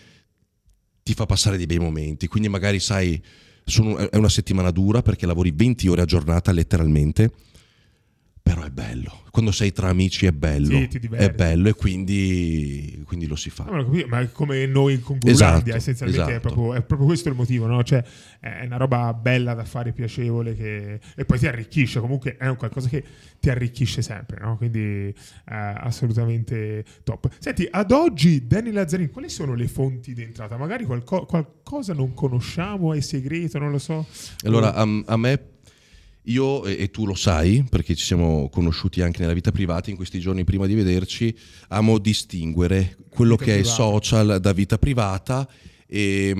Ti fa passare dei bei momenti, quindi magari sai, è una settimana dura perché lavori 20 ore a giornata letteralmente, però è bello. Quando sei tra amici è bello,
sì, ti diverti.
È bello e quindi lo si fa.
Ma come noi con Gurulandia, essenzialmente
esatto.
È proprio questo il motivo, no? Cioè è una roba bella da fare, piacevole, e poi ti arricchisce. Comunque è un qualcosa che ti arricchisce sempre, no? Quindi assolutamente top. Senti, ad oggi Danny Lazzarini, quali sono le fonti di entrata? Magari qualcosa non conosciamo, è segreto, non lo so.
Allora a me, io e tu lo sai perché ci siamo conosciuti anche nella vita privata in questi giorni prima di vederci, amo distinguere quello che è social da vita privata e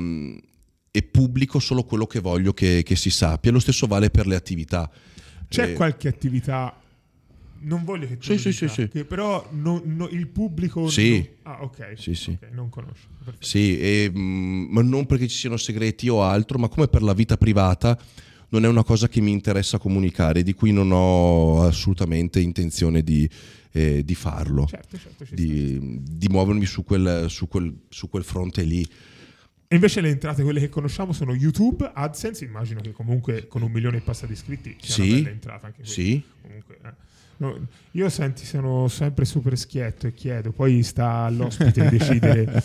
pubblico solo quello che voglio che si sappia. Lo stesso vale per le attività.
C'è qualche attività, non voglio che tu
sì.
che però il pubblico
sì.
Ok.
Sì.
Okay, non conosco. Perfetto.
Sì, ma non perché ci siano segreti o altro, ma come per la vita privata non è una cosa che mi interessa comunicare, di cui non ho assolutamente intenzione di farlo,
certo,
di muovermi su quel fronte lì.
E invece le entrate, quelle che conosciamo, sono YouTube, AdSense. Immagino che comunque con 1 milione e passa di iscritti sia una bella entrata anche quella.
Sì.
Comunque, no, io sono sempre super schietto e chiedo, poi sta all'ospite decidere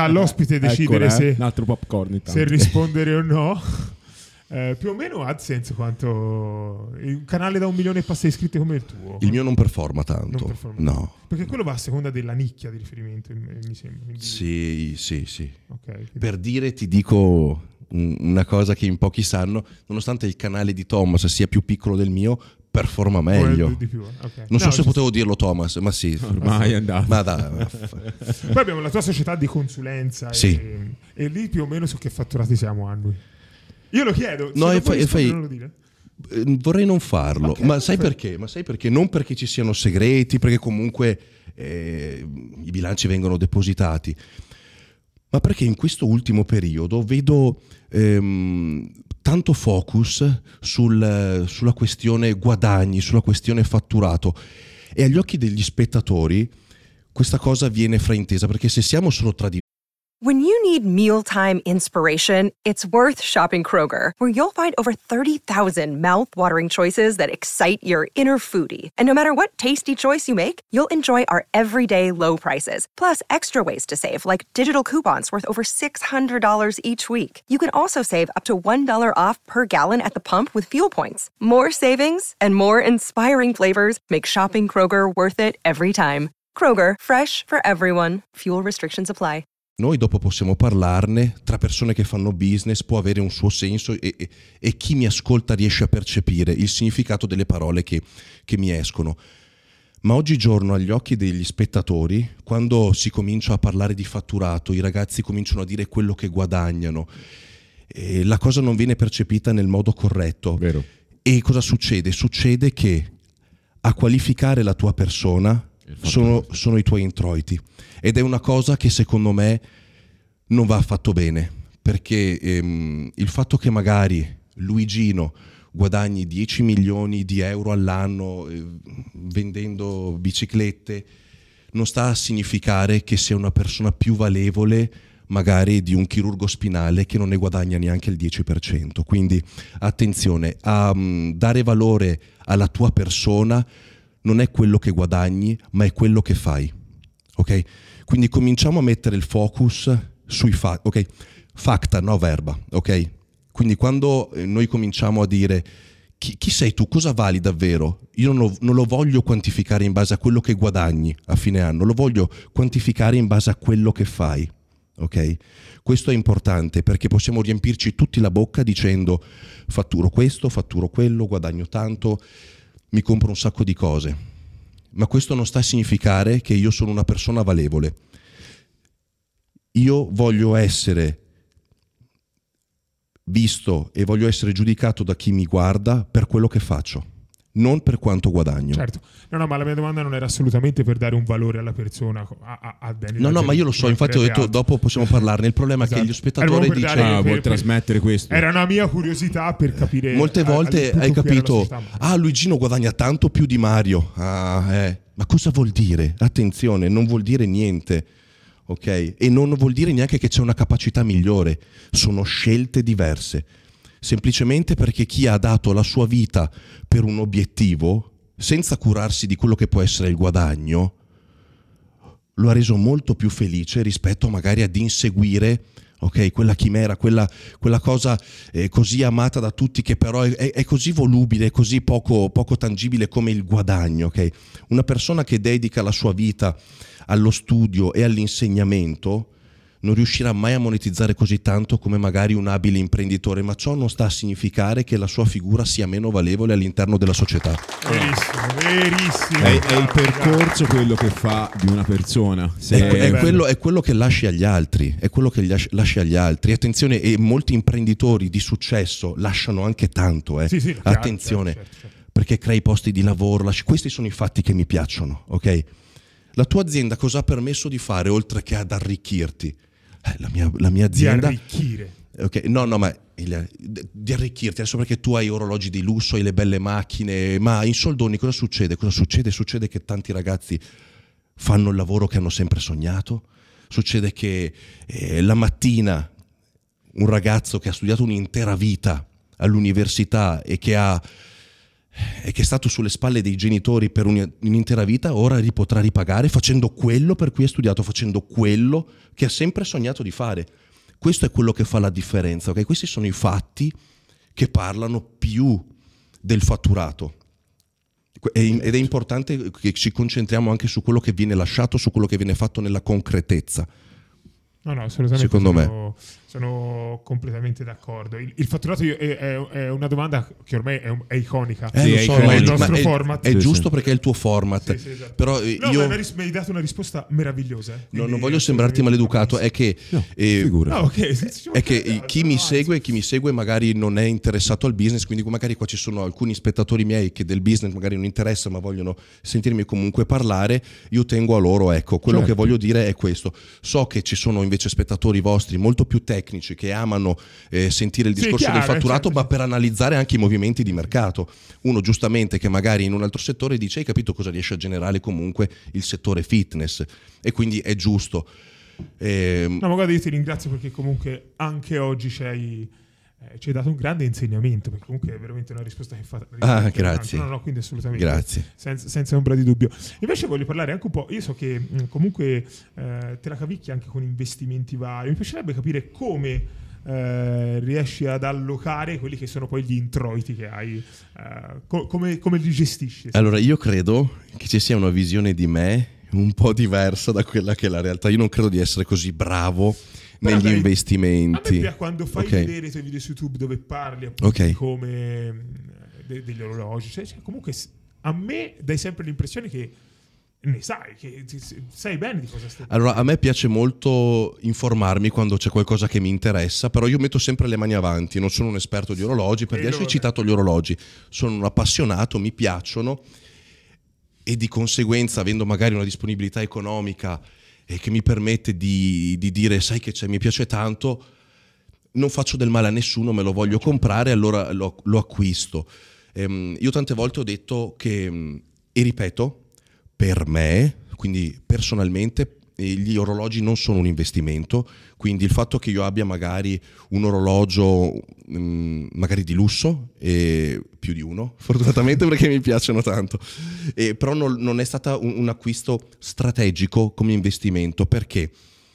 se,
un altro popcorn
se rispondere o no. Più o meno AdSense quanto un canale da 1 milione e passa di iscritti come il tuo?
Il mio non performa tanto. No.
Perché quello va a seconda della nicchia di riferimento, mi sembra. Quindi...
Sì.
Okay,
per dire, ti dico una cosa che in pochi sanno: nonostante il canale di Thomas sia più piccolo del mio, performa meglio.
Di più. Okay.
Non so se potevo dirlo, Thomas, ma sì.
Ormai è andato.
Ma dai.
Poi abbiamo la tua società di consulenza,
sì.
e lì più o meno su che fatturati siamo annui? Io lo chiedo.
No,
non lo dire.
Vorrei non farlo,
okay,
ma sai perché? Non perché ci siano segreti, perché comunque i bilanci vengono depositati, ma perché in questo ultimo periodo vedo tanto focus sulla questione guadagni, sulla questione fatturato, e agli occhi degli spettatori questa cosa viene fraintesa, perché se siamo solo tra di
When you need mealtime inspiration, it's worth shopping Kroger, where you'll find over 30,000 mouth-watering choices that excite your inner foodie. And no matter what tasty choice you make, you'll enjoy our everyday low prices, plus extra ways to save, like digital coupons worth over $600 each week. You can also save up to $1 off per gallon at the pump with fuel points. More savings and more inspiring flavors make shopping Kroger worth it every time. Kroger, fresh for everyone. Fuel restrictions apply.
Noi dopo possiamo parlarne, tra persone che fanno business può avere un suo senso e chi mi ascolta riesce a percepire il significato delle parole che mi escono. Ma oggigiorno agli occhi degli spettatori, quando si comincia a parlare di fatturato, i ragazzi cominciano a dire quello che guadagnano, la cosa non viene percepita nel modo corretto.
Vero.
E cosa succede? Succede che a qualificare la tua persona sono i tuoi introiti, ed è una cosa che secondo me non va affatto bene, perché il fatto che magari Luigino guadagni 10 milioni di euro all'anno vendendo biciclette non sta a significare che sia una persona più valevole magari di un chirurgo spinale che non ne guadagna neanche il 10%. Quindi attenzione a dare valore alla tua persona. Non è quello che guadagni, ma è quello che fai, ok? Quindi cominciamo a mettere il focus sui fatti, ok? Facta, no verba, ok? Quindi quando noi cominciamo a dire chi sei tu, cosa vali davvero? Io non lo voglio quantificare in base a quello che guadagni a fine anno, lo voglio quantificare in base a quello che fai, ok? Questo è importante perché possiamo riempirci tutti la bocca dicendo fatturo questo, fatturo quello, guadagno tanto, mi compro un sacco di cose, ma questo non sta a significare che io sono una persona valevole. Io voglio essere visto e voglio essere giudicato da chi mi guarda per quello che faccio, non per quanto guadagno.
Certo, no, ma la mia domanda non era assolutamente per dare un valore alla persona.
No, ma io lo so, infatti ho detto dopo possiamo parlarne. Il problema è che gli spettatori dicono
vuol trasmettere questo.
Era una mia curiosità per capire.
Molte volte hai capito, Luigino guadagna tanto più di Mario. Ma cosa vuol dire? Attenzione, non vuol dire niente. Ok? E non vuol dire neanche che c'è una capacità migliore, sono scelte diverse. Semplicemente perché chi ha dato la sua vita per un obiettivo, senza curarsi di quello che può essere il guadagno, lo ha reso molto più felice rispetto magari ad inseguire, ok, quella chimera, quella cosa così amata da tutti, che però è così volubile, così poco tangibile come il guadagno. Ok? Una persona che dedica la sua vita allo studio e all'insegnamento non riuscirà mai a monetizzare così tanto come magari un abile imprenditore, ma ciò non sta a significare che la sua figura sia meno valevole all'interno della società.
Verissimo.
È il percorso quello che fa di una persona.
È quello che lasci agli altri, è quello che lasci agli altri. Attenzione, e molti imprenditori di successo lasciano anche tanto.
Sì,
attenzione, certo. Perché crei posti di lavoro. Questi sono i fatti che mi piacciono, ok? La tua azienda cosa ha permesso di fare oltre che ad arricchirti? La mia azienda...
Di arricchire.
Okay. No, ma di arricchirti, adesso perché tu hai orologi di lusso, hai le belle macchine, ma in soldoni cosa succede? Succede che tanti ragazzi fanno il lavoro che hanno sempre sognato, succede che la mattina un ragazzo che ha studiato un'intera vita all'università e che è stato sulle spalle dei genitori per un'intera vita, ora li potrà ripagare facendo quello per cui ha studiato, facendo quello che ha sempre sognato di fare. Questo è quello che fa la differenza, ok? Questi sono i fatti che parlano più del fatturato. Ed è importante che ci concentriamo anche su quello che viene lasciato, su quello che viene fatto nella concretezza.
No, assolutamente.
Secondo me.
Sono completamente d'accordo. Il fatturato è una domanda che ormai è iconica.
Lo so,
è il nostro format.
È giusto perché è il tuo format.
Sì, esatto.
Però
mi hai dato una risposta meravigliosa.
Non voglio sembrarti maleducato, è che
è
che chi mi segue magari non è interessato al business, quindi magari qua ci sono alcuni spettatori miei che del business magari non interessa, ma vogliono sentirmi comunque parlare. Io tengo a loro, ecco, quello che voglio dire è questo. So che ci sono invece spettatori vostri molto più tecnici che amano sentire il discorso del fatturato, ma per analizzare anche i movimenti di mercato. Uno giustamente che magari in un altro settore dice: hai capito cosa riesce a generare comunque il settore fitness, e quindi è giusto.
No, ma guarda, io ti ringrazio perché comunque anche oggi ci hai dato un grande insegnamento, perché comunque è veramente una risposta che fa.
Grazie.
No, quindi assolutamente.
Grazie.
Senza ombra di dubbio. Invece voglio parlare anche un po'. Io so che comunque te la cavicchi anche con investimenti vari. Mi piacerebbe capire come riesci ad allocare quelli che sono poi gli introiti che hai, come li gestisci.
Allora, io credo che ci sia una visione di me un po' diversa da quella che è la realtà. Io non credo di essere così bravo negli investimenti.
A me quando fai vedere i tuoi video su YouTube dove parli appunto di come degli orologi, cioè, comunque a me dai sempre l'impressione che ne sai, che sai bene di cosa stai
Allora, a me piace molto informarmi quando c'è qualcosa che mi interessa, però io metto sempre le mani avanti, non sono un esperto di orologi, perché adesso hai citato gli orologi, sono un appassionato, mi piacciono, e di conseguenza, avendo magari una disponibilità economica che mi permette di dire, sai che c'è, mi piace tanto, non faccio del male a nessuno, me lo voglio comprare, allora lo acquisto. Io tante volte ho detto che, e ripeto, per me, quindi personalmente, gli orologi non sono un investimento, quindi il fatto che io abbia magari un orologio magari di lusso, più di uno fortunatamente perché mi piacciono tanto, però non è stato un acquisto strategico come investimento. Perché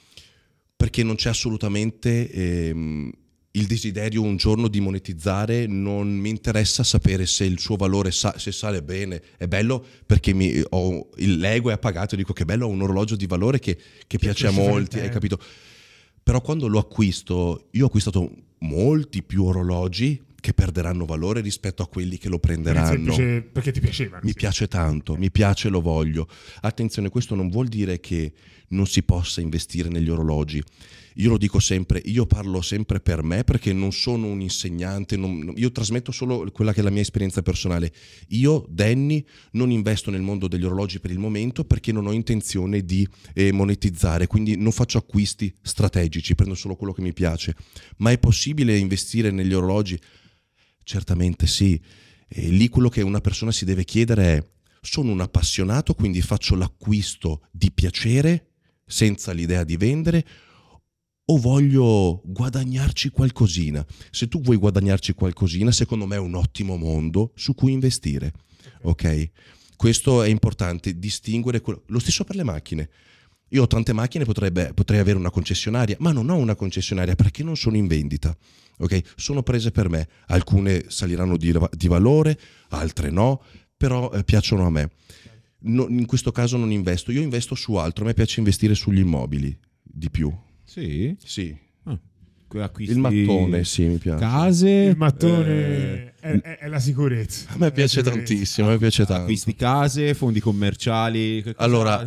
non c'è assolutamente il desiderio un giorno di monetizzare, non mi interessa sapere se il suo valore se sale bene, è bello perché l'ego è appagato e dico che bello, ho un orologio di valore che piace a molti, hai capito? Però quando lo acquisto, io ho acquistato molti più orologi che perderanno valore rispetto a quelli che lo prenderanno.
Perché ti piacevano?
Mi piace tanto, mi piace, lo voglio. Attenzione, questo non vuol dire che non si possa investire negli orologi. Io lo dico sempre, io parlo sempre per me perché non sono un insegnante, io trasmetto solo quella che è la mia esperienza personale. Io, Danny, non investo nel mondo degli orologi per il momento perché non ho intenzione di monetizzare, quindi non faccio acquisti strategici, prendo solo quello che mi piace. Ma è possibile investire negli orologi? Certamente sì. E lì quello che una persona si deve chiedere è: sono un appassionato, quindi faccio l'acquisto di piacere senza l'idea di vendere, o voglio guadagnarci qualcosina? Se tu vuoi guadagnarci qualcosina, secondo me è un ottimo mondo su cui investire. Ok? Questo è importante, distinguere lo stesso per le macchine. Io ho tante macchine, potrei avere una concessionaria, ma non ho una concessionaria perché non sono in vendita. Ok? Sono prese per me. Alcune saliranno di valore, altre no, però piacciono a me. In questo caso non investo, io investo su altro. A me piace investire sugli immobili di più.
Sì?
Sì.
Acquisti...
Il mattone, sì, mi piace.
Case?
Il mattone è la sicurezza.
A me piace tantissimo, a me piace tanto.
Acquisti case, fondi commerciali?
Allora,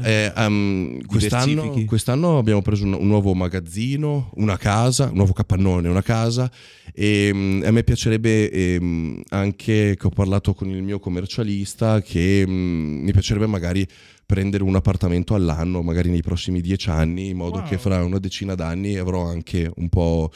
quest'anno abbiamo preso un nuovo magazzino, una casa, un nuovo capannone, una casa, e a me piacerebbe anche, che ho parlato con il mio commercialista, che mi piacerebbe magari prendere un appartamento all'anno, magari nei prossimi 10 anni, in modo che fra una decina d'anni avrò anche un po'...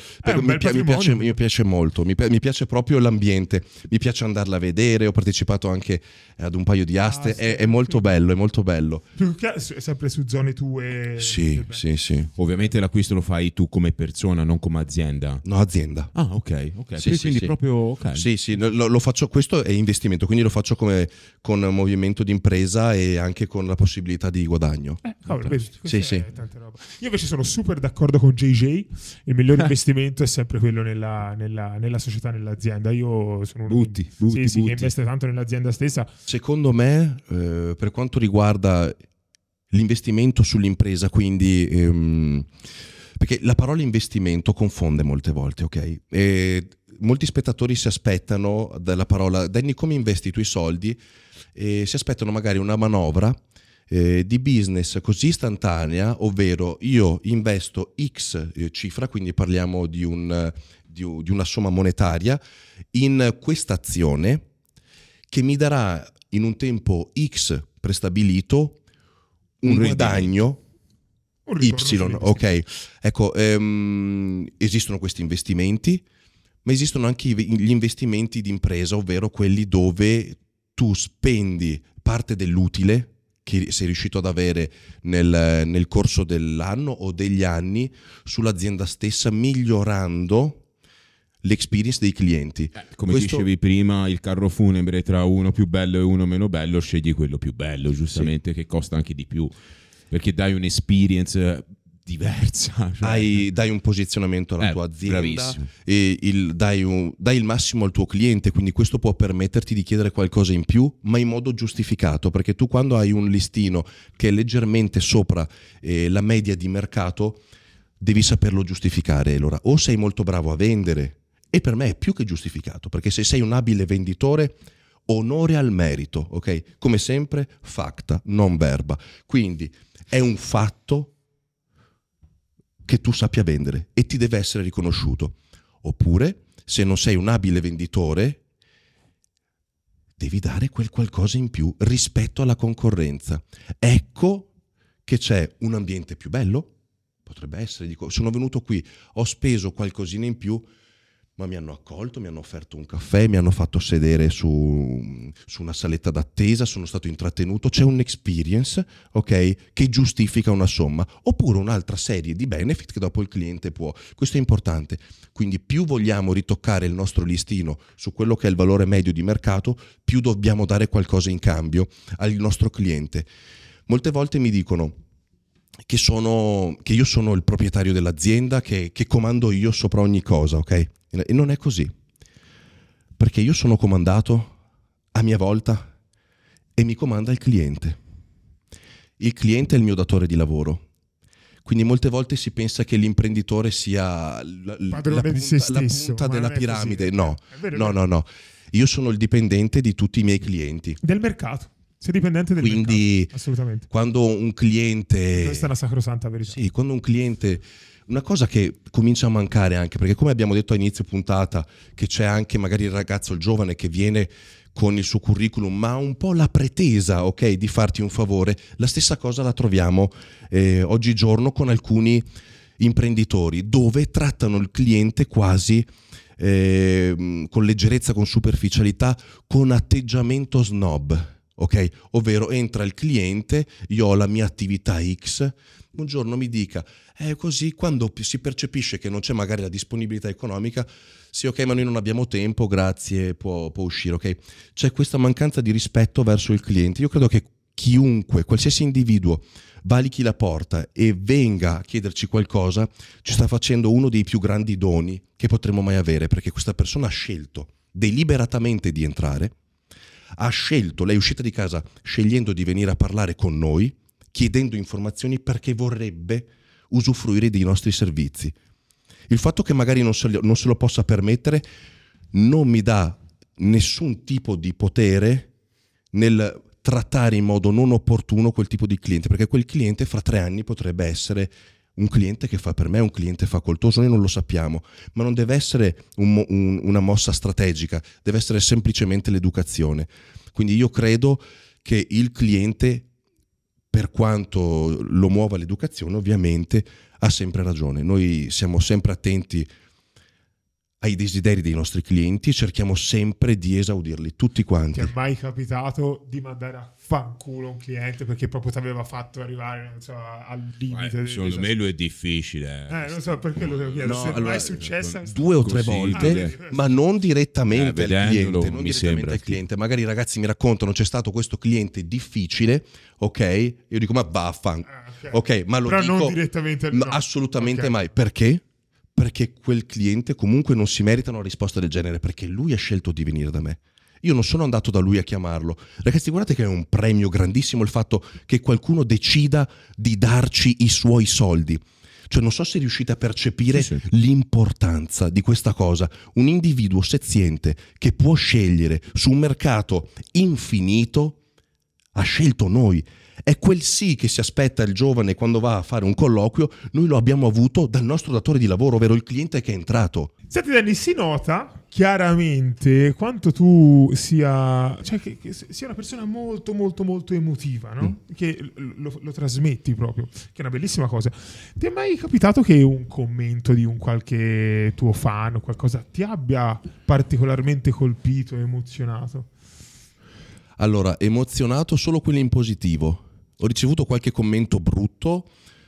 Mi piace molto, mi piace proprio l'ambiente, mi piace andarla a vedere, ho partecipato anche ad un paio di aste, è molto bello, è molto bello.
Sempre su zone tue?
Sì.
Ovviamente l'acquisto lo fai tu come persona, non come azienda.
No, azienda.
Ah, ok.
Sì,
quindi proprio... Okay.
Sì, lo faccio, questo è investimento, quindi lo faccio con movimento di impresa e anche con la possibilità di guadagno.
Sì. Tante roba. Io invece sono super d'accordo con JJ, il miglior investimento è sempre quello nella società, nell'azienda. Io sono
butti.
Che investe tanto nell'azienda stessa.
Secondo me, per quanto riguarda l'investimento sull'impresa, quindi perché la parola investimento confonde molte volte, ok? E molti spettatori si aspettano dalla parola Danny, come investi i tuoi soldi, e si aspettano magari una manovra di business così istantanea, ovvero io investo X cifra, quindi parliamo di una somma monetaria in questa azione che mi darà in un tempo X prestabilito un guadagno Y. Ok, ecco, esistono questi investimenti, ma esistono anche gli investimenti di impresa, ovvero quelli dove tu spendi parte dell'utile che sei riuscito ad avere nel corso dell'anno o degli anni sull'azienda stessa, migliorando l'experience dei clienti.
Come dicevi prima, il carro funebre tra uno più bello e uno meno bello, scegli quello più bello, giustamente, che costa anche di più, perché dai un'experience diversa.
Dai un posizionamento alla tua azienda, e dai il massimo al tuo cliente, quindi questo può permetterti di chiedere qualcosa in più, ma in modo giustificato, perché tu quando hai un listino che è leggermente sopra la media di mercato, devi saperlo giustificare. Allora, o sei molto bravo a vendere, e per me è più che giustificato, perché se sei un abile venditore, onore al merito, ok? Come sempre, facta, non verba. Quindi è un fatto che tu sappia vendere e ti deve essere riconosciuto. Oppure, se non sei un abile venditore, devi dare quel qualcosa in più rispetto alla concorrenza. Ecco che c'è un ambiente più bello, potrebbe essere, dico, sono venuto qui, ho speso qualcosina in più, ma mi hanno accolto, mi hanno offerto un caffè, mi hanno fatto sedere su una saletta d'attesa, sono stato intrattenuto, c'è un'experience, ok, che giustifica una somma, oppure un'altra serie di benefit che dopo il cliente può. Questo è importante, quindi più vogliamo ritoccare il nostro listino su quello che è il valore medio di mercato, più dobbiamo dare qualcosa in cambio al nostro cliente. Molte volte mi dicono che io sono il proprietario dell'azienda, che comando io sopra ogni cosa, ok? E non è così, perché io sono comandato a mia volta e mi comanda il cliente. Il cliente è il mio datore di lavoro, quindi molte volte si pensa che l'imprenditore sia la punta della piramide. No. Io sono il dipendente di tutti i miei clienti.
Del mercato. Sei dipendente del mercato, assolutamente.
Quando un cliente...
Questa è una sacrosanta verità.
Sì, quando un cliente... Una cosa che comincia a mancare anche, perché come abbiamo detto a inizio puntata, che c'è anche magari il ragazzo, il giovane che viene con il suo curriculum, ma ha un po' la pretesa, ok, di farti un favore. La stessa cosa la troviamo oggigiorno con alcuni imprenditori, dove trattano il cliente quasi con leggerezza, con superficialità, con atteggiamento snob. Ok, ovvero entra il cliente, io ho la mia attività X, un giorno mi dica, così quando si percepisce che non c'è magari la disponibilità economica, sì, ok, ma noi non abbiamo tempo, grazie, può uscire, ok? C'è questa mancanza di rispetto verso il cliente. Io credo che chiunque, qualsiasi individuo, valichi la porta e venga a chiederci qualcosa, ci sta facendo uno dei più grandi doni che potremmo mai avere, perché questa persona ha scelto deliberatamente di entrare, ha scelto, lei è uscita di casa scegliendo di venire a parlare con noi, chiedendo informazioni perché vorrebbe usufruire dei nostri servizi. Il fatto che magari non se lo possa permettere non mi dà nessun tipo di potere nel trattare in modo non opportuno quel tipo di cliente, perché quel cliente fra 3 anni potrebbe essere un cliente che fa per me, un cliente facoltoso, noi non lo sappiamo, ma non deve essere una mossa strategica, deve essere semplicemente l'educazione. Quindi io credo che il cliente, per quanto lo muova l'educazione, ovviamente ha sempre ragione. Noi siamo sempre attenti ai desideri dei nostri clienti e cerchiamo sempre di esaudirli, tutti quanti.
Ti è mai capitato di mandare a fanculo un cliente perché proprio ti aveva fatto arrivare, non so, al limite?
Secondo me lui è difficile.
Non so perché lo devo chiedere. Se allora, mai è successo
2 o 3 volte, ma non direttamente al cliente, non direttamente al cliente. Magari i ragazzi mi raccontano c'è stato questo cliente difficile, ok? Io dico ma vaffanculo. Ok, ma lo
però
dico
non direttamente
no, assolutamente mai. Perché? Perché quel cliente comunque non si merita una risposta del genere, perché lui ha scelto di venire da me. Io non sono andato da lui a chiamarlo. Ragazzi, guardate che è un premio grandissimo il fatto che qualcuno decida di darci i suoi soldi. Cioè non so se riuscite a percepire l'importanza di questa cosa. Un individuo seziente che può scegliere su un mercato infinito ha scelto noi. È quel sì che si aspetta il giovane quando va a fare un colloquio, noi lo abbiamo avuto dal nostro datore di lavoro, ovvero il cliente che è entrato.
Senti Danny, si nota chiaramente quanto tu sia, cioè che sia una persona molto molto molto emotiva, no? Che lo trasmetti proprio, che è una bellissima cosa. Ti è mai capitato che un commento di un qualche tuo fan o qualcosa ti abbia particolarmente colpito e emozionato?
Allora, emozionato solo quello in positivo. Ho ricevuto qualche commento brutto,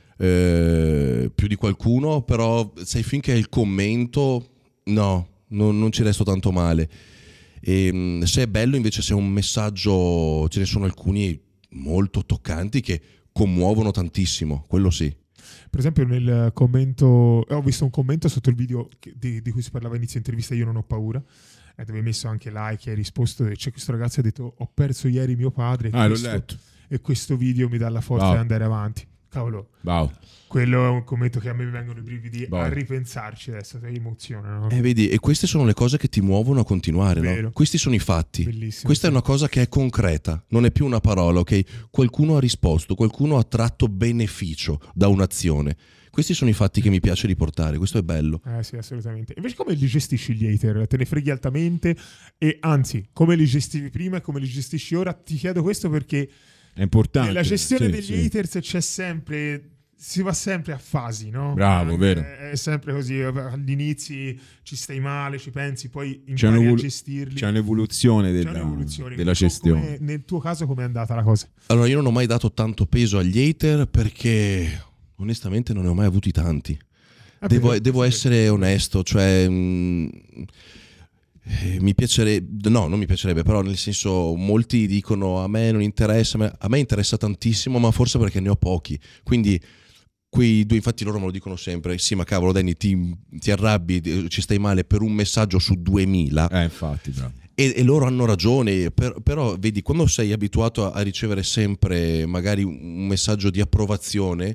più di qualcuno, però sai, finché è il commento, no, non ci resto tanto male. E se è bello invece, se è un messaggio, ce ne sono alcuni molto toccanti che commuovono tantissimo, quello sì.
Per esempio nel commento, ho visto un commento sotto il video di cui si parlava inizio intervista, io non ho paura, dove hai messo anche like e hai risposto, e c'è questo ragazzo che ha detto: ho perso ieri mio padre
l'ho letto.
E questo video mi dà la forza di andare avanti. Cavolo, quello è un commento che a me mi vengono i brividi a ripensarci adesso, ti emoziona, no?
Vedi, e queste sono le cose che ti muovono a continuare, no? Questi sono i fatti.
Bellissimo,
questa è una cosa che è concreta, non è più una parola, ok? Qualcuno ha risposto, qualcuno ha tratto beneficio da un'azione. Questi sono i fatti che mi piace riportare, questo è bello.
Sì, assolutamente. Invece come li gestisci gli hater? Te ne freghi altamente? E anzi, come li gestivi prima e come li gestisci ora? Ti chiedo questo perché
è importante.
Nella gestione degli haters c'è sempre... Si va sempre a fasi, no?
Bravo, vero.
È sempre così, all'inizio ci stai male, ci pensi, poi impari a gestirli.
C'è un'evoluzione della gestione.
Nel tuo caso com'è andata la cosa?
Allora, io non ho mai dato tanto peso agli hater perché onestamente non ne ho mai avuti tanti. Devo essere onesto, cioè... mi piacerebbe, no, non mi piacerebbe, però nel senso, molti dicono a me non interessa, a me interessa tantissimo, ma forse perché ne ho pochi, quindi quei due, infatti loro me lo dicono sempre: sì, ma cavolo Danny, ti arrabbi, ci stai male per un messaggio su 2000.
Infatti, bravo.
E loro hanno ragione, però vedi, quando sei abituato a ricevere sempre magari un messaggio di approvazione,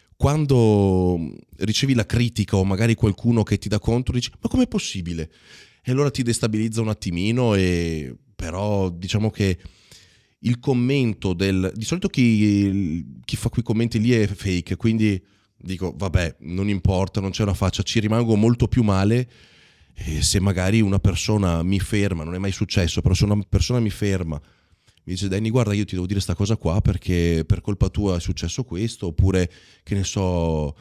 quando ricevi la critica o magari qualcuno che ti dà contro, dici: ma com'è possibile? E allora ti destabilizza un attimino, però diciamo che il commento di solito chi fa quei commenti lì è fake, quindi dico vabbè, non importa, non c'è una faccia, ci rimango molto più male se magari una persona mi ferma, non è mai successo, però se una persona mi ferma, mi dice: Danny, guarda, io ti devo dire sta cosa qua perché per colpa tua è successo questo, oppure che ne so,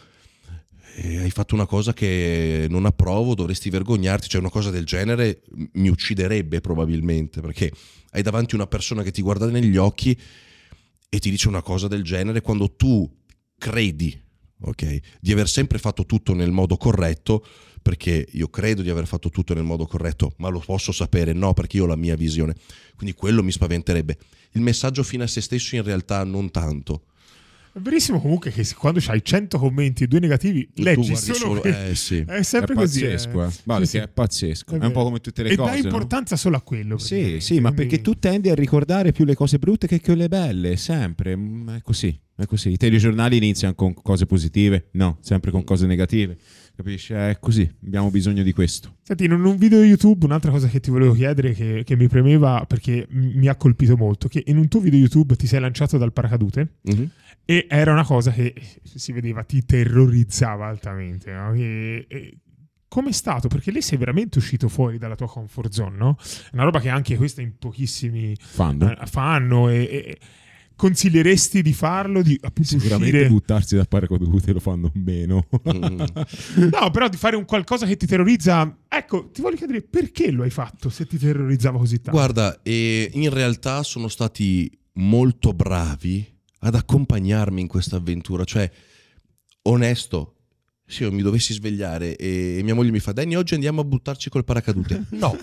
hai fatto una cosa che non approvo, dovresti vergognarti, cioè una cosa del genere mi ucciderebbe probabilmente, perché hai davanti una persona che ti guarda negli occhi e ti dice una cosa del genere quando tu credi, ok, di aver sempre fatto tutto nel modo corretto, perché io credo di aver fatto tutto nel modo corretto, ma lo posso sapere? No, perché io ho la mia visione, quindi quello mi spaventerebbe. Il messaggio fine a se stesso in realtà non tanto.
È verissimo comunque che quando c'hai 100 commenti e 2 negativi, leggi solo
sì.
È sempre
è
così.
Pazzesco, Vale, sì. È pazzesco. È un po' come tutte le cose.
E dai importanza solo a quello.
Sì, ma perché tu tendi a ricordare più le cose brutte che quelle belle, sempre. È così. I telegiornali iniziano con cose positive, no, sempre con cose negative. Capisci? È così, abbiamo bisogno di questo.
Senti, in un video YouTube, un'altra cosa che ti volevo chiedere, che mi premeva perché mi ha colpito molto, che in un tuo video YouTube ti sei lanciato dal paracadute, e era una cosa che si vedeva, ti terrorizzava altamente, no? Com'è stato? Perché lì sei veramente uscito fuori dalla tua comfort zone, no? È una roba che anche questa in pochissimi fanno e consiglieresti di farlo? Di appunto
sicuramente
uscire...
buttarsi da paracadute lo fanno meno.
No, però di fare un qualcosa che ti terrorizza. Ecco, ti voglio chiedere perché lo hai fatto se ti terrorizzava così tanto.
Guarda, in realtà sono stati molto bravi ad accompagnarmi in questa avventura, cioè onesto, se io mi dovessi svegliare e mia moglie mi fa: Danny, oggi andiamo a buttarci col paracadute. No.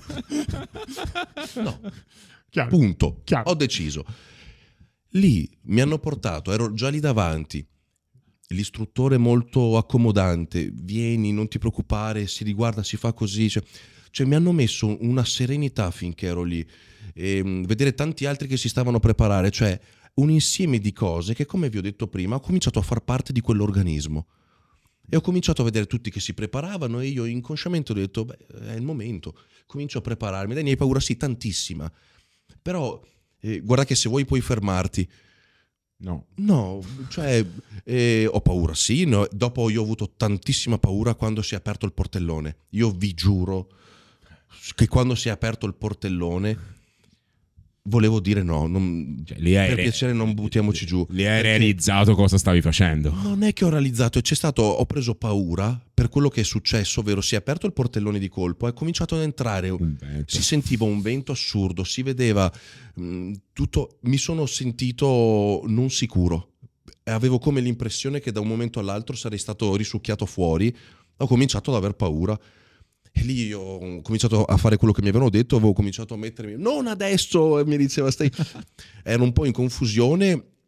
Chiaro.
Punto.
Chiaro.
Ho deciso. Lì mi hanno portato, ero già lì davanti, l'istruttore molto accomodante: vieni, non ti preoccupare, si riguarda, si fa così, cioè mi hanno messo una serenità finché ero lì, e vedere tanti altri che si stavano a preparare, cioè un insieme di cose che, come vi ho detto prima, ho cominciato a far parte di quell'organismo e ho cominciato a vedere tutti che si preparavano e io inconsciamente ho detto: beh, è il momento, comincio a prepararmi. Dai, ne hai paura? Sì, tantissima, però guarda che se vuoi puoi fermarti. No, cioè ho paura, sì, no. Dopo io ho avuto tantissima paura quando si è aperto il portellone. Io vi giuro che quando si è aperto il portellone volevo dire no, per piacere non buttiamoci giù.
Lì hai realizzato cosa stavi facendo?
Non è che ho realizzato, ho preso paura per quello che è successo, ovvero si è aperto il portellone di colpo, è cominciato ad entrare, si sentiva un vento assurdo, si vedeva tutto, mi sono sentito non sicuro, avevo come l'impressione che da un momento all'altro sarei stato risucchiato fuori, ho cominciato ad aver paura. E lì io ho cominciato a fare quello che mi avevano detto, avevo cominciato a mettermi: non adesso, mi diceva ero un po' in confusione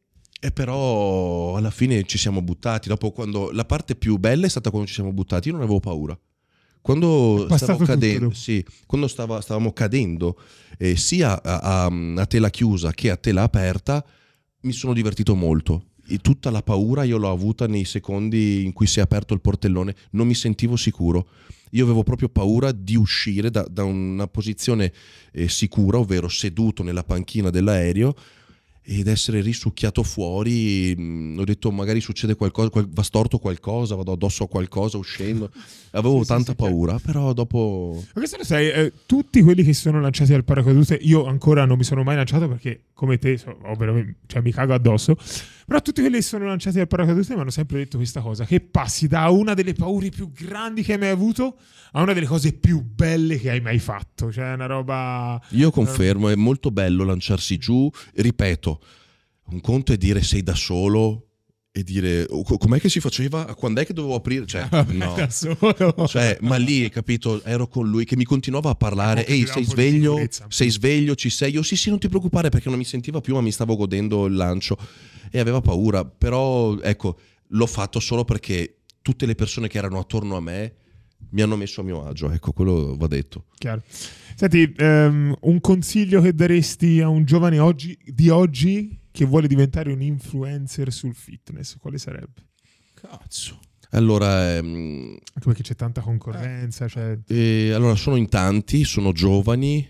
E però alla fine ci siamo buttati. Dopo, quando la parte più bella è stata quando ci siamo buttati, io non avevo paura. Quando stavamo cadendo, quando stavamo cadendo, sia a tela chiusa che a tela aperta, mi sono divertito molto. E tutta la paura io l'ho avuta nei secondi in cui si è aperto il portellone. Non mi sentivo sicuro. Io avevo proprio paura di uscire da una posizione sicura, ovvero seduto nella panchina dell'aereo, ed essere risucchiato fuori. Ho detto magari succede qualcosa, va storto qualcosa, vado addosso a qualcosa uscendo. Avevo tanta paura, però dopo...
Ma questo lo sai, tutti quelli che si sono lanciati al paracadute, io ancora non mi sono mai lanciato perché come te mi cago addosso, però tutti quelli che si sono lanciati al paracadute mi hanno sempre detto questa cosa, che passi da una delle paure più grandi che hai mai avuto a una delle cose più belle che hai mai fatto. Cioè è una roba...
Io confermo, è molto bello lanciarsi giù. Ripeto, un conto è dire sei da solo e dire com'è che si faceva, quando è che dovevo aprire, cioè no,
da solo.
Cioè, ma lì capito, ero con lui che mi continuava a parlare, ehi sei sveglio, ci sei? Io sì non ti preoccupare, perché non mi sentiva più ma mi stavo godendo il lancio e aveva paura. Però ecco, l'ho fatto solo perché tutte le persone che erano attorno a me mi hanno messo a mio agio, ecco, quello va detto.
Chiaro. Senti, un consiglio che daresti a un giovane di oggi che vuole diventare un influencer sul fitness, quale sarebbe?
Cazzo. Allora,
anche perché c'è tanta concorrenza.
Allora, sono in tanti, sono giovani,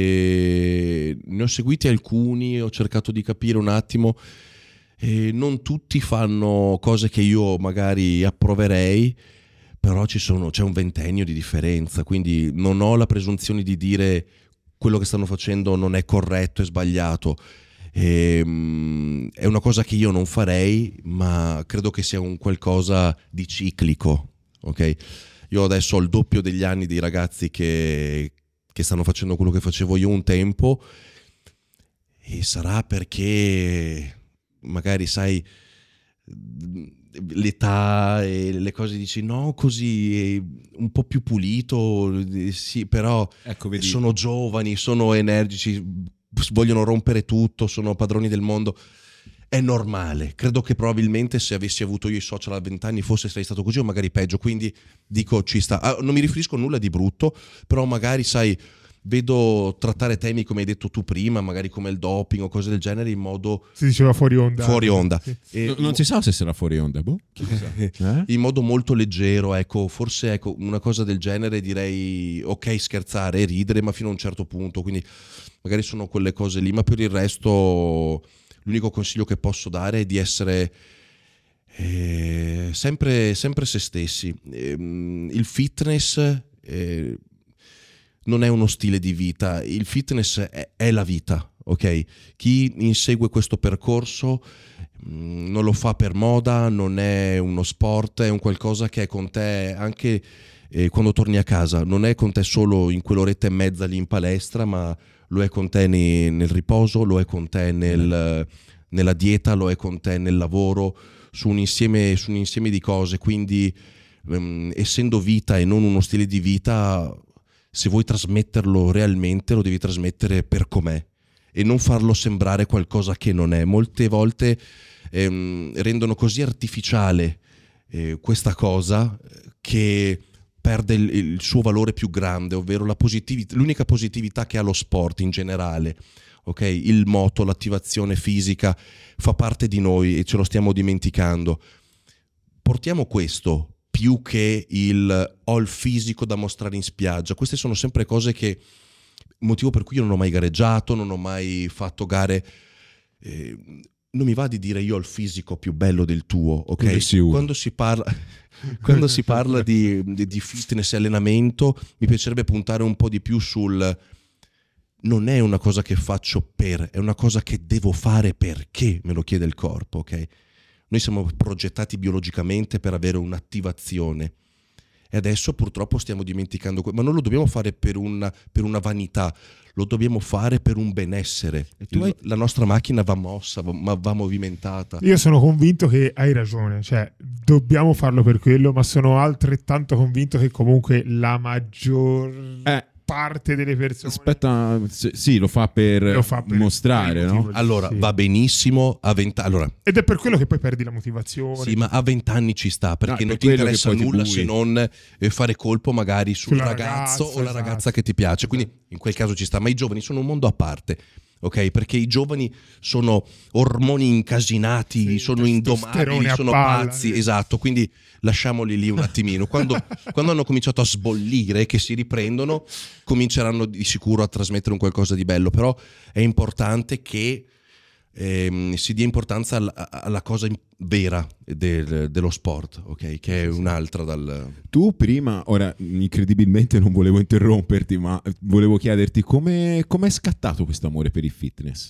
e ne ho seguiti alcuni, ho cercato di capire un attimo. Non tutti fanno cose che io magari approverei, però c'è un ventennio di differenza, quindi non ho la presunzione di dire quello che stanno facendo non è corretto, è sbagliato. È una cosa che io non farei, ma credo che sia un qualcosa di ciclico, ok? Io adesso ho il doppio degli anni dei ragazzi che stanno facendo quello che facevo io un tempo, e sarà perché magari sai l'età e le cose, dici no, così è un po' più pulito, sì, però
ecco, vedi,
sono giovani, sono energici, vogliono rompere tutto, sono padroni del mondo. È normale. Credo che probabilmente se avessi avuto io i social a 20 anni fosse stato così, o magari peggio, quindi dico ci sta. Non mi riferisco a nulla di brutto, però magari sai, vedo trattare temi come hai detto tu prima, magari come il doping o cose del genere, in modo...
Si diceva fuori onda.
Sì. Non si sa se sarà fuori onda, boh.
In modo molto leggero, ecco, forse ecco, una cosa del genere direi ok, scherzare e ridere, ma fino a un certo punto, quindi magari sono quelle cose lì, ma per il resto l'unico consiglio che posso dare è di essere sempre se stessi. Il fitness non è uno stile di vita, il fitness è la vita, ok? Chi insegue questo percorso non lo fa per moda, non è uno sport, è un qualcosa che è con te anche quando torni a casa, non è con te solo in quell'oretta e mezza lì in palestra, ma lo è con te nel riposo, lo è con te nella dieta, lo è con te nel lavoro, su un insieme di cose. Quindi essendo vita e non uno stile di vita, se vuoi trasmetterlo realmente lo devi trasmettere per com'è e non farlo sembrare qualcosa che non è. Molte volte rendono così artificiale questa cosa che perde il suo valore più grande, ovvero l'unica positività che ha lo sport in generale. Okay? Il moto, l'attivazione fisica fa parte di noi e ce lo stiamo dimenticando. Portiamo questo più che ho il fisico da mostrare in spiaggia. Queste sono sempre cose che, motivo per cui io non ho mai gareggiato, non ho mai fatto gare. Non mi va di dire io ho il fisico più bello del tuo, ok? Quando si parla di fitness e allenamento, mi piacerebbe puntare un po' di più sul non è una cosa che faccio è una cosa che devo fare perché me lo chiede il corpo, ok? Noi siamo progettati biologicamente per avere un'attivazione e adesso purtroppo stiamo dimenticando, ma non lo dobbiamo fare per una vanità, lo dobbiamo fare per un benessere. La nostra macchina va mossa, va movimentata.
Io sono convinto che hai ragione, cioè dobbiamo farlo per quello, ma sono altrettanto convinto che comunque la maggior parte delle persone.
Aspetta, sì, lo fa per mostrare, no?
Allora, va benissimo a 20 anni. Allora,
ed è per quello che poi perdi la motivazione.
Sì, ma a 20 anni ci sta, perché non ti interessa nulla se non fare colpo magari sul ragazzo o la ragazza che ti piace. Quindi in quel caso ci sta, ma i giovani sono un mondo a parte. Ok, perché i giovani sono ormoni incasinati, sono indomabili, sono pazzi, esatto, quindi lasciamoli lì un attimino. Quando hanno cominciato a sbollire, che si riprendono, cominceranno di sicuro a trasmettere un qualcosa di bello, però è importante che si dia importanza alla cosa vera dello sport, ok? Che è un'altra dal...
Tu prima, ora incredibilmente non volevo interromperti, ma volevo chiederti come è scattato questo amore per il fitness?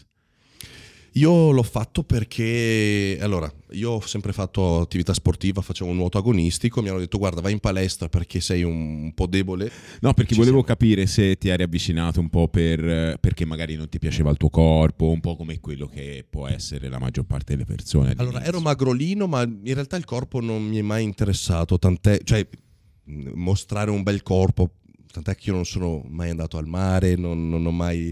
Io l'ho fatto perché, allora, io ho sempre fatto attività sportiva, facevo un nuoto agonistico, mi hanno detto guarda vai in palestra perché sei un po' debole.
No, perché volevo capire se ti eri avvicinato un po' perché magari non ti piaceva il tuo corpo, un po' come quello che può essere la maggior parte delle persone.
Allora, ero magrolino, ma in realtà il corpo non mi è mai interessato, tant'è, cioè mostrare un bel corpo, tant'è che io non sono mai andato al mare, non ho mai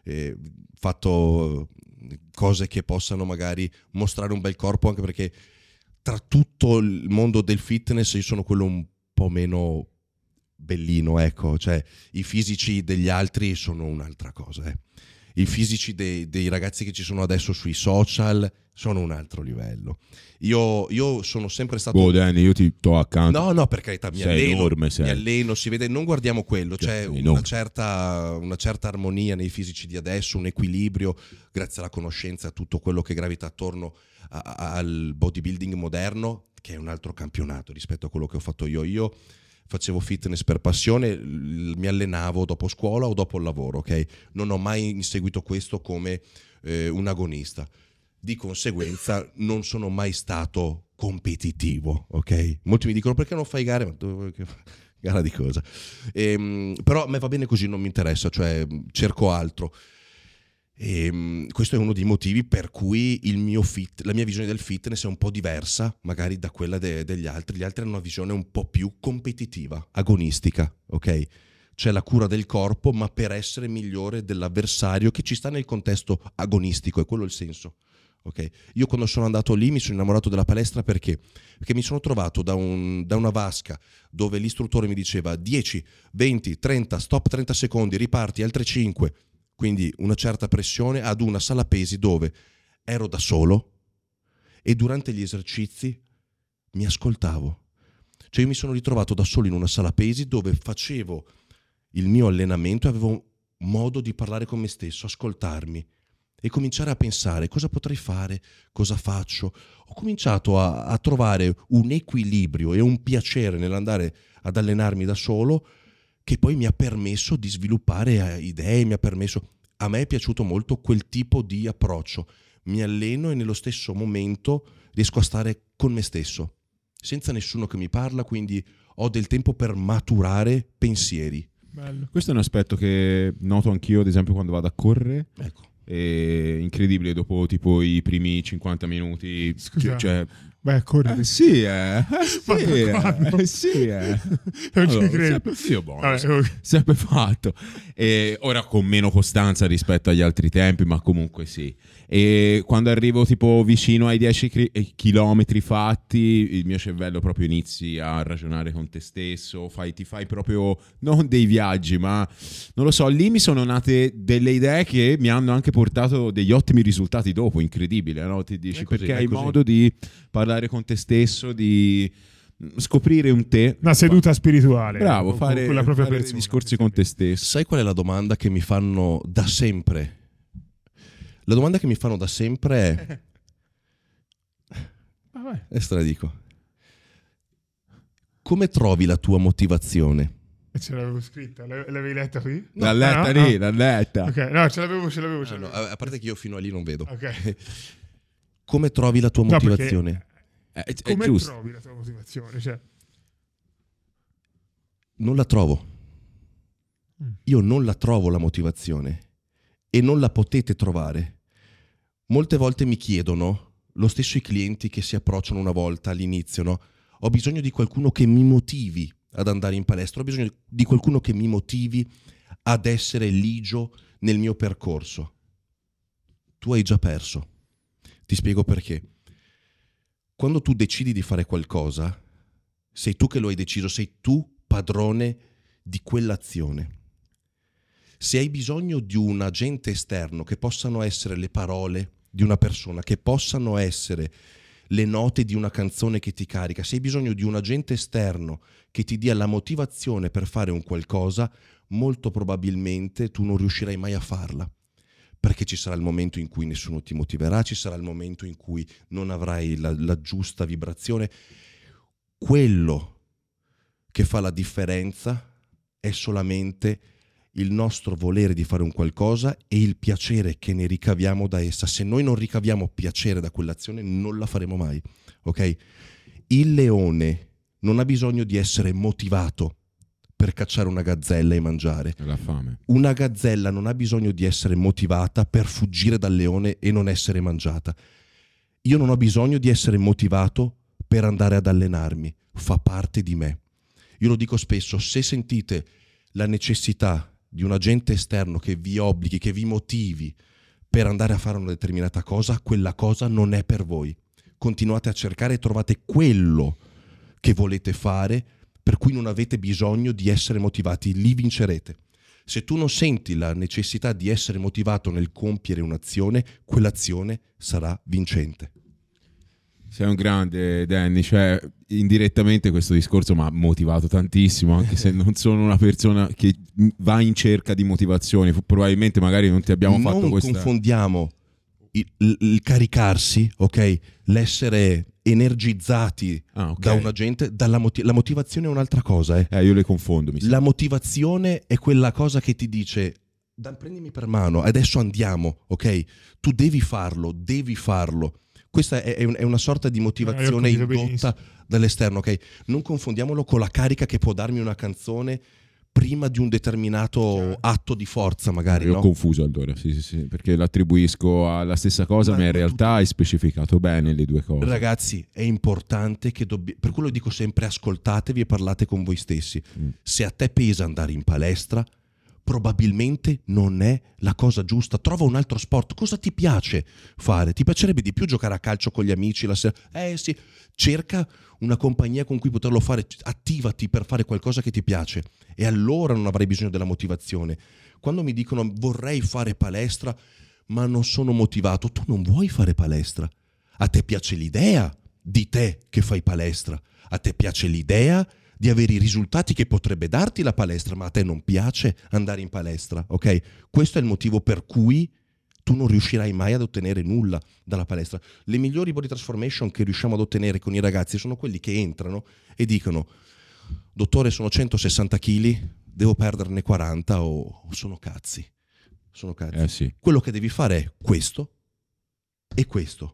fatto cose che possano magari mostrare un bel corpo, anche perché tra tutto il mondo del fitness io sono quello un po' meno bellino, ecco, cioè i fisici degli altri sono un'altra cosa, I fisici dei ragazzi che ci sono adesso sui social sono un altro livello. Io sono sempre stato...
Danny, io ti sto accanto.
No, per carità, mi alleno, si vede, non guardiamo quello, c'è una certa armonia nei fisici di adesso, un equilibrio, grazie alla conoscenza, a tutto quello che gravita attorno al bodybuilding moderno, che è un altro campionato rispetto a quello che ho fatto io. Io facevo fitness per passione, mi allenavo dopo scuola o dopo il lavoro, ok? Non ho mai inseguito questo come un agonista. Di conseguenza non sono mai stato competitivo, ok? Molti mi dicono perché non fai gare? Ma gara di cosa? Però a me va bene così, non mi interessa, cioè cerco altro. Questo è uno dei motivi per cui la mia visione del fitness è un po' diversa magari da quella degli altri. Gli altri hanno una visione un po' più competitiva, agonistica, ok? C'è la cura del corpo, ma per essere migliore dell'avversario che ci sta nel contesto agonistico, è quello il senso. Okay. Io quando sono andato lì mi sono innamorato della palestra perché mi sono trovato da una vasca dove l'istruttore mi diceva 10, 20, 30, stop 30 secondi, riparti, altre 5, quindi una certa pressione, ad una sala pesi dove ero da solo e durante gli esercizi mi ascoltavo. Cioè io mi sono ritrovato da solo in una sala pesi dove facevo il mio allenamento e avevo modo di parlare con me stesso, ascoltarmi e cominciare a pensare cosa potrei fare, cosa faccio. Ho cominciato a trovare un equilibrio e un piacere nell'andare ad allenarmi da solo che poi mi ha permesso di sviluppare idee, a me è piaciuto molto quel tipo di approccio. Mi alleno e nello stesso momento riesco a stare con me stesso, senza nessuno che mi parla, quindi ho del tempo per maturare pensieri.
Bello. Questo è un aspetto che noto anch'io, ad esempio, quando vado a correre.
Ecco.
È incredibile, dopo tipo i primi 50 minuti.
Scusa,
cioè,
correre.
Sì,
Non
ci
credo.
Sempre fatto. E ora con meno costanza rispetto agli altri tempi, ma comunque sì. E quando arrivo tipo vicino ai 10 chilometri fatti, il mio cervello proprio inizi a ragionare con te stesso, ti fai proprio non dei viaggi, ma non lo so, lì mi sono nate delle idee che mi hanno anche portato degli ottimi risultati dopo, incredibile, no? Ti dici perché hai modo di parlare con te stesso, di scoprire un te.
Una seduta spirituale.
Bravo, fare
con la propria
dei
persona,
discorsi con te stesso.
Sai qual è la domanda che mi fanno da sempre? La domanda che mi fanno da sempre è... E te la dico. Come trovi la tua motivazione?
Ce l'avevo scritta, l'avevi letta qui?
L'ha letta lì, l'ha letta.
Ok, no, ce l'avevo.
No, a parte che io fino a lì non vedo.
Ok.
Come trovi la tua motivazione?
Come trovi la tua motivazione? Cioè...
Non la trovo. Io non la trovo la motivazione e non la potete trovare. Molte volte mi chiedono, lo stesso i clienti che si approcciano una volta all'inizio, no? Ho bisogno di qualcuno che mi motivi ad andare in palestra, ho bisogno di qualcuno che mi motivi ad essere ligio nel mio percorso. Tu hai già perso. Ti spiego perché. Quando tu decidi di fare qualcosa, sei tu che lo hai deciso, sei tu padrone di quell'azione. Se hai bisogno di un agente esterno, che possano essere le parole di una persona, che possano essere le note di una canzone che ti carica, se hai bisogno di un agente esterno che ti dia la motivazione per fare un qualcosa, molto probabilmente tu non riuscirai mai a farla, perché ci sarà il momento in cui nessuno ti motiverà, ci sarà il momento in cui non avrai la giusta vibrazione. Quello che fa la differenza è solamente il nostro volere di fare un qualcosa e il piacere che ne ricaviamo da essa. Se noi non ricaviamo piacere da quell'azione, non la faremo mai, ok? Il leone non ha bisogno di essere motivato per cacciare una gazzella e mangiare.
La fame.
Una gazzella non ha bisogno di essere motivata per fuggire dal leone e non essere mangiata. Io non ho bisogno di essere motivato per andare ad allenarmi, fa parte di me. Io lo dico spesso, se sentite la necessità di un agente esterno che vi obblighi, che vi motivi per andare a fare una determinata cosa, quella cosa non è per voi. Continuate a cercare e trovate quello che volete fare, per cui non avete bisogno di essere motivati, lì vincerete. Se tu non senti la necessità di essere motivato nel compiere un'azione, quell'azione sarà vincente.
Sei un grande, Danny, cioè indirettamente questo discorso mi ha motivato tantissimo, anche se non sono una persona che va in cerca di motivazioni, probabilmente magari non ti abbiamo fatto questa...
Non confondiamo il caricarsi, ok? L'essere energizzati da un agente, la motivazione è un'altra cosa.
Io le confondo.
La motivazione è quella cosa che ti dice prendimi per mano, adesso andiamo, ok? Tu devi farlo. Questa è una sorta di motivazione indotta dall'esterno, ok? Non confondiamolo con la carica che può darmi una canzone prima di un determinato atto di forza, magari.
Io ho confuso allora, sì, perché l'attribuisco alla stessa cosa, ma in realtà hai specificato bene le due cose.
Ragazzi, è importante che per quello dico sempre ascoltatevi e parlate con voi stessi. Se a te pesa andare in palestra, probabilmente non è la cosa giusta. Trova un altro sport. Cosa ti piace fare? Ti piacerebbe di più giocare a calcio con gli amici la sera? Sì, cerca una compagnia con cui poterlo fare, attivati per fare qualcosa che ti piace e allora non avrai bisogno della motivazione. Quando mi dicono vorrei fare palestra ma non sono motivato, tu non vuoi fare palestra. A te piace l'idea di te che fai palestra, a te piace l'idea di avere i risultati che potrebbe darti la palestra, ma a te non piace andare in palestra, ok? Questo è il motivo per cui tu non riuscirai mai ad ottenere nulla dalla palestra. Le migliori body transformation che riusciamo ad ottenere con i ragazzi sono quelli che entrano e dicono dottore sono 160 kg, devo perderne 40 o sono cazzi.
Sì.
Quello che devi fare è questo e questo.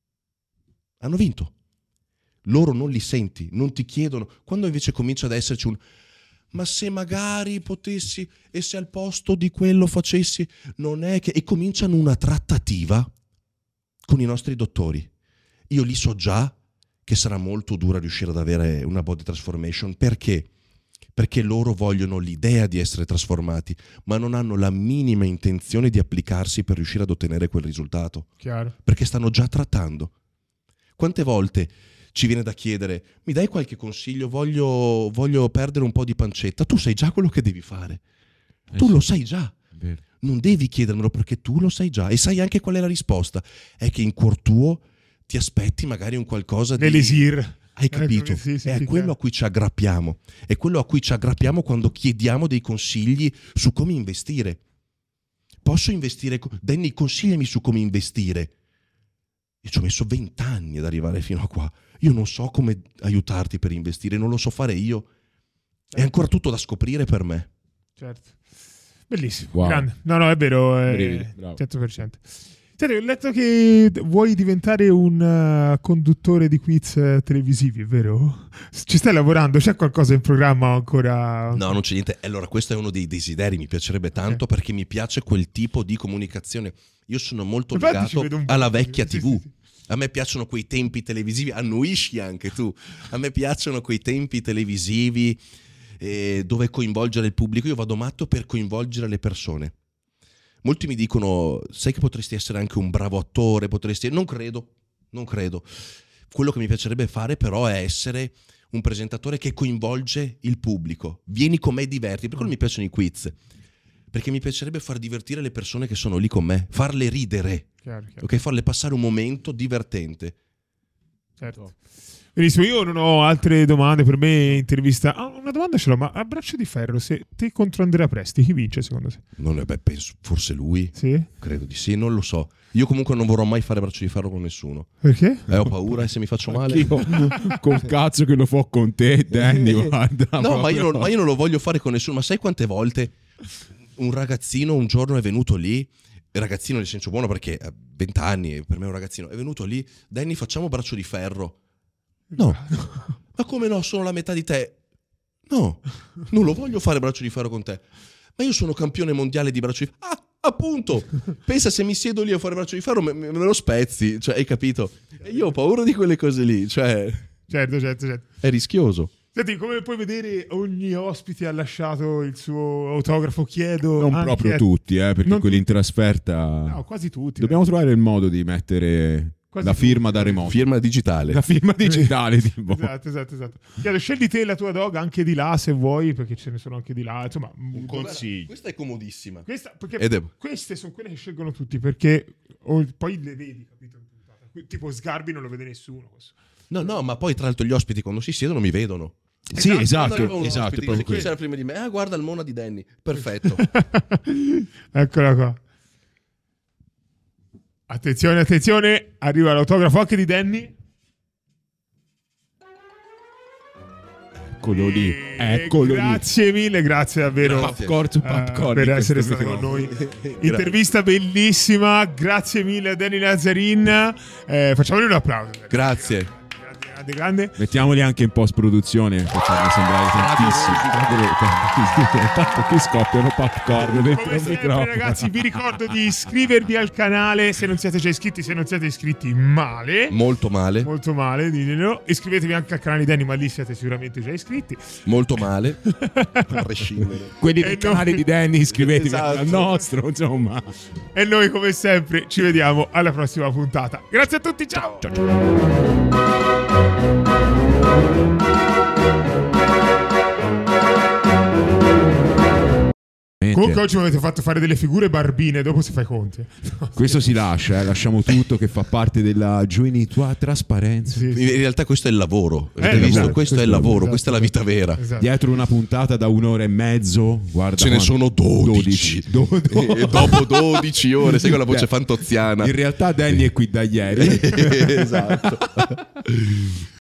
Hanno vinto. Loro non li senti, non ti chiedono. Quando invece comincia ad esserci ma se magari potessi e se al posto di quello facessi, non è che... E cominciano una trattativa con i nostri dottori. Io li so già che sarà molto dura riuscire ad avere una body transformation. Perché? Perché loro vogliono l'idea di essere trasformati, ma non hanno la minima intenzione di applicarsi per riuscire ad ottenere quel risultato.
Chiaro.
Perché stanno già trattando. Quante volte ci viene da chiedere, mi dai qualche consiglio, voglio perdere un po' di pancetta. Tu sai già quello che devi fare. Tu lo sai già.
Vero.
Non devi chiedermelo perché tu lo sai già. E sai anche qual è la risposta. È che in cuor tuo ti aspetti magari un qualcosa di...
L'elisir.
Hai capito?
Sì,
è quello a cui ci aggrappiamo. È quello a cui ci aggrappiamo quando chiediamo dei consigli su come investire. Posso investire? Danny, consigliami su come investire. Io ci ho messo 20 anni ad arrivare fino a qua. Io non so come aiutarti per investire, non lo so fare io. È ancora tutto da scoprire per me.
Certo. Bellissimo.
Wow.
Grande. No, è vero.
Bravo.
100%. Senti, ho letto che vuoi diventare un conduttore di quiz televisivi, è vero? Ci stai lavorando? C'è qualcosa in programma ancora?
No, non c'è niente. Allora, questo è uno dei desideri, mi piacerebbe tanto perché mi piace quel tipo di comunicazione. Io sono molto legato alla vecchia TV. Sì. A me piacciono quei tempi televisivi, annuisci anche tu. A me piacciono quei tempi televisivi dove coinvolgere il pubblico. Io vado matto per coinvolgere le persone. Molti mi dicono: sai che potresti essere anche un bravo attore, non credo. Quello che mi piacerebbe fare però è essere un presentatore che coinvolge il pubblico. Vieni con me e diverti, per quello mi piacciono i quiz, perché mi piacerebbe far divertire le persone che sono lì con me, farle ridere, chiaro. Ok, farle passare un momento divertente.
Certo. Benissimo, io non ho altre domande. Per me intervista. Una domanda ce l'ho, ma a braccio di ferro, se te contro Andrea Presti, chi vince secondo te?
Penso forse lui.
Sì?
Credo di sì, non lo so. Io comunque non vorrò mai fare braccio di ferro con nessuno.
Perché?
Ho paura, e se mi faccio male?
Col cazzo che lo fa con te, Danny, guarda.
No, ma io non lo voglio fare con nessuno. Ma sai quante volte un ragazzino un giorno è venuto lì, ragazzino nel senso buono perché ha 20 anni, per me è un ragazzino, è venuto lì: Danny, facciamo braccio di ferro. No. Ma come no? Sono la metà di te. No, non lo voglio fare braccio di ferro con te. Ma io sono campione mondiale di braccio di ferro. Ah, appunto. Pensa, se mi siedo lì a fare braccio di ferro me lo spezzi, cioè, hai capito? E io ho paura di quelle cose lì, cioè.
Certo.
È rischioso.
Senti, come puoi vedere, ogni ospite ha lasciato il suo autografo. Chiedo
non proprio tutti, perché quelli in trasferta.
No, quasi tutti.
Dobbiamo trovare il modo di mettere la firma da remoto.
Firma digitale.
La firma digitale. Tipo.
Esatto. Chiedo, scegli te la tua dog anche di là se vuoi, perché ce ne sono anche di là. Insomma, un consiglio.
Questa è comodissima.
Queste sono quelle che scelgono tutti, perché poi le vedi, capito? Tipo Sgarbi non lo vede nessuno. Questo.
No, ma poi tra l'altro gli ospiti quando si siedono mi vedono.
Sì, esatto.
Questa era prima di me. Guarda il Mona di Danny. Perfetto.
Eccola qua. Attenzione, arriva l'autografo anche di Danny.
Eccolo lì.
Grazie mille, grazie davvero
popcorn,
per essere stato con noi. Intervista bellissima, grazie mille a Danny Lazzarin. Facciamogli un applauso.
Grazie.
Grande.
Mettiamoli anche in post produzione per farli sembrare tantissimi. Tanto qui scoppiano popcorn dentro il microfono.
Ragazzi, vi ricordo di iscrivervi al canale se non siete già iscritti. Se non siete iscritti, male.
Molto male,
ditelo. Iscrivetevi anche al canale di Danny, ma lì siete sicuramente già iscritti.
Molto male. A prescindere.
Quelli del canale di Danny, iscrivetevi al nostro, insomma.
E noi, come sempre, ci vediamo alla prossima puntata. Grazie a tutti, ciao. Comunque oggi mi avete fatto fare delle figure barbine, dopo si fa i conti.
Questo si lascia, lasciamo tutto, che fa parte della tua trasparenza.
Sì. In realtà questo è il lavoro. Questo è il lavoro, questa è la vita vera.
Esatto. Dietro una puntata da 1 ora e mezzo, guarda,
ce ne sono 12. E dopo 12 ore, sai, con la voce fantoziana.
In realtà Danny è qui da ieri.
Esatto.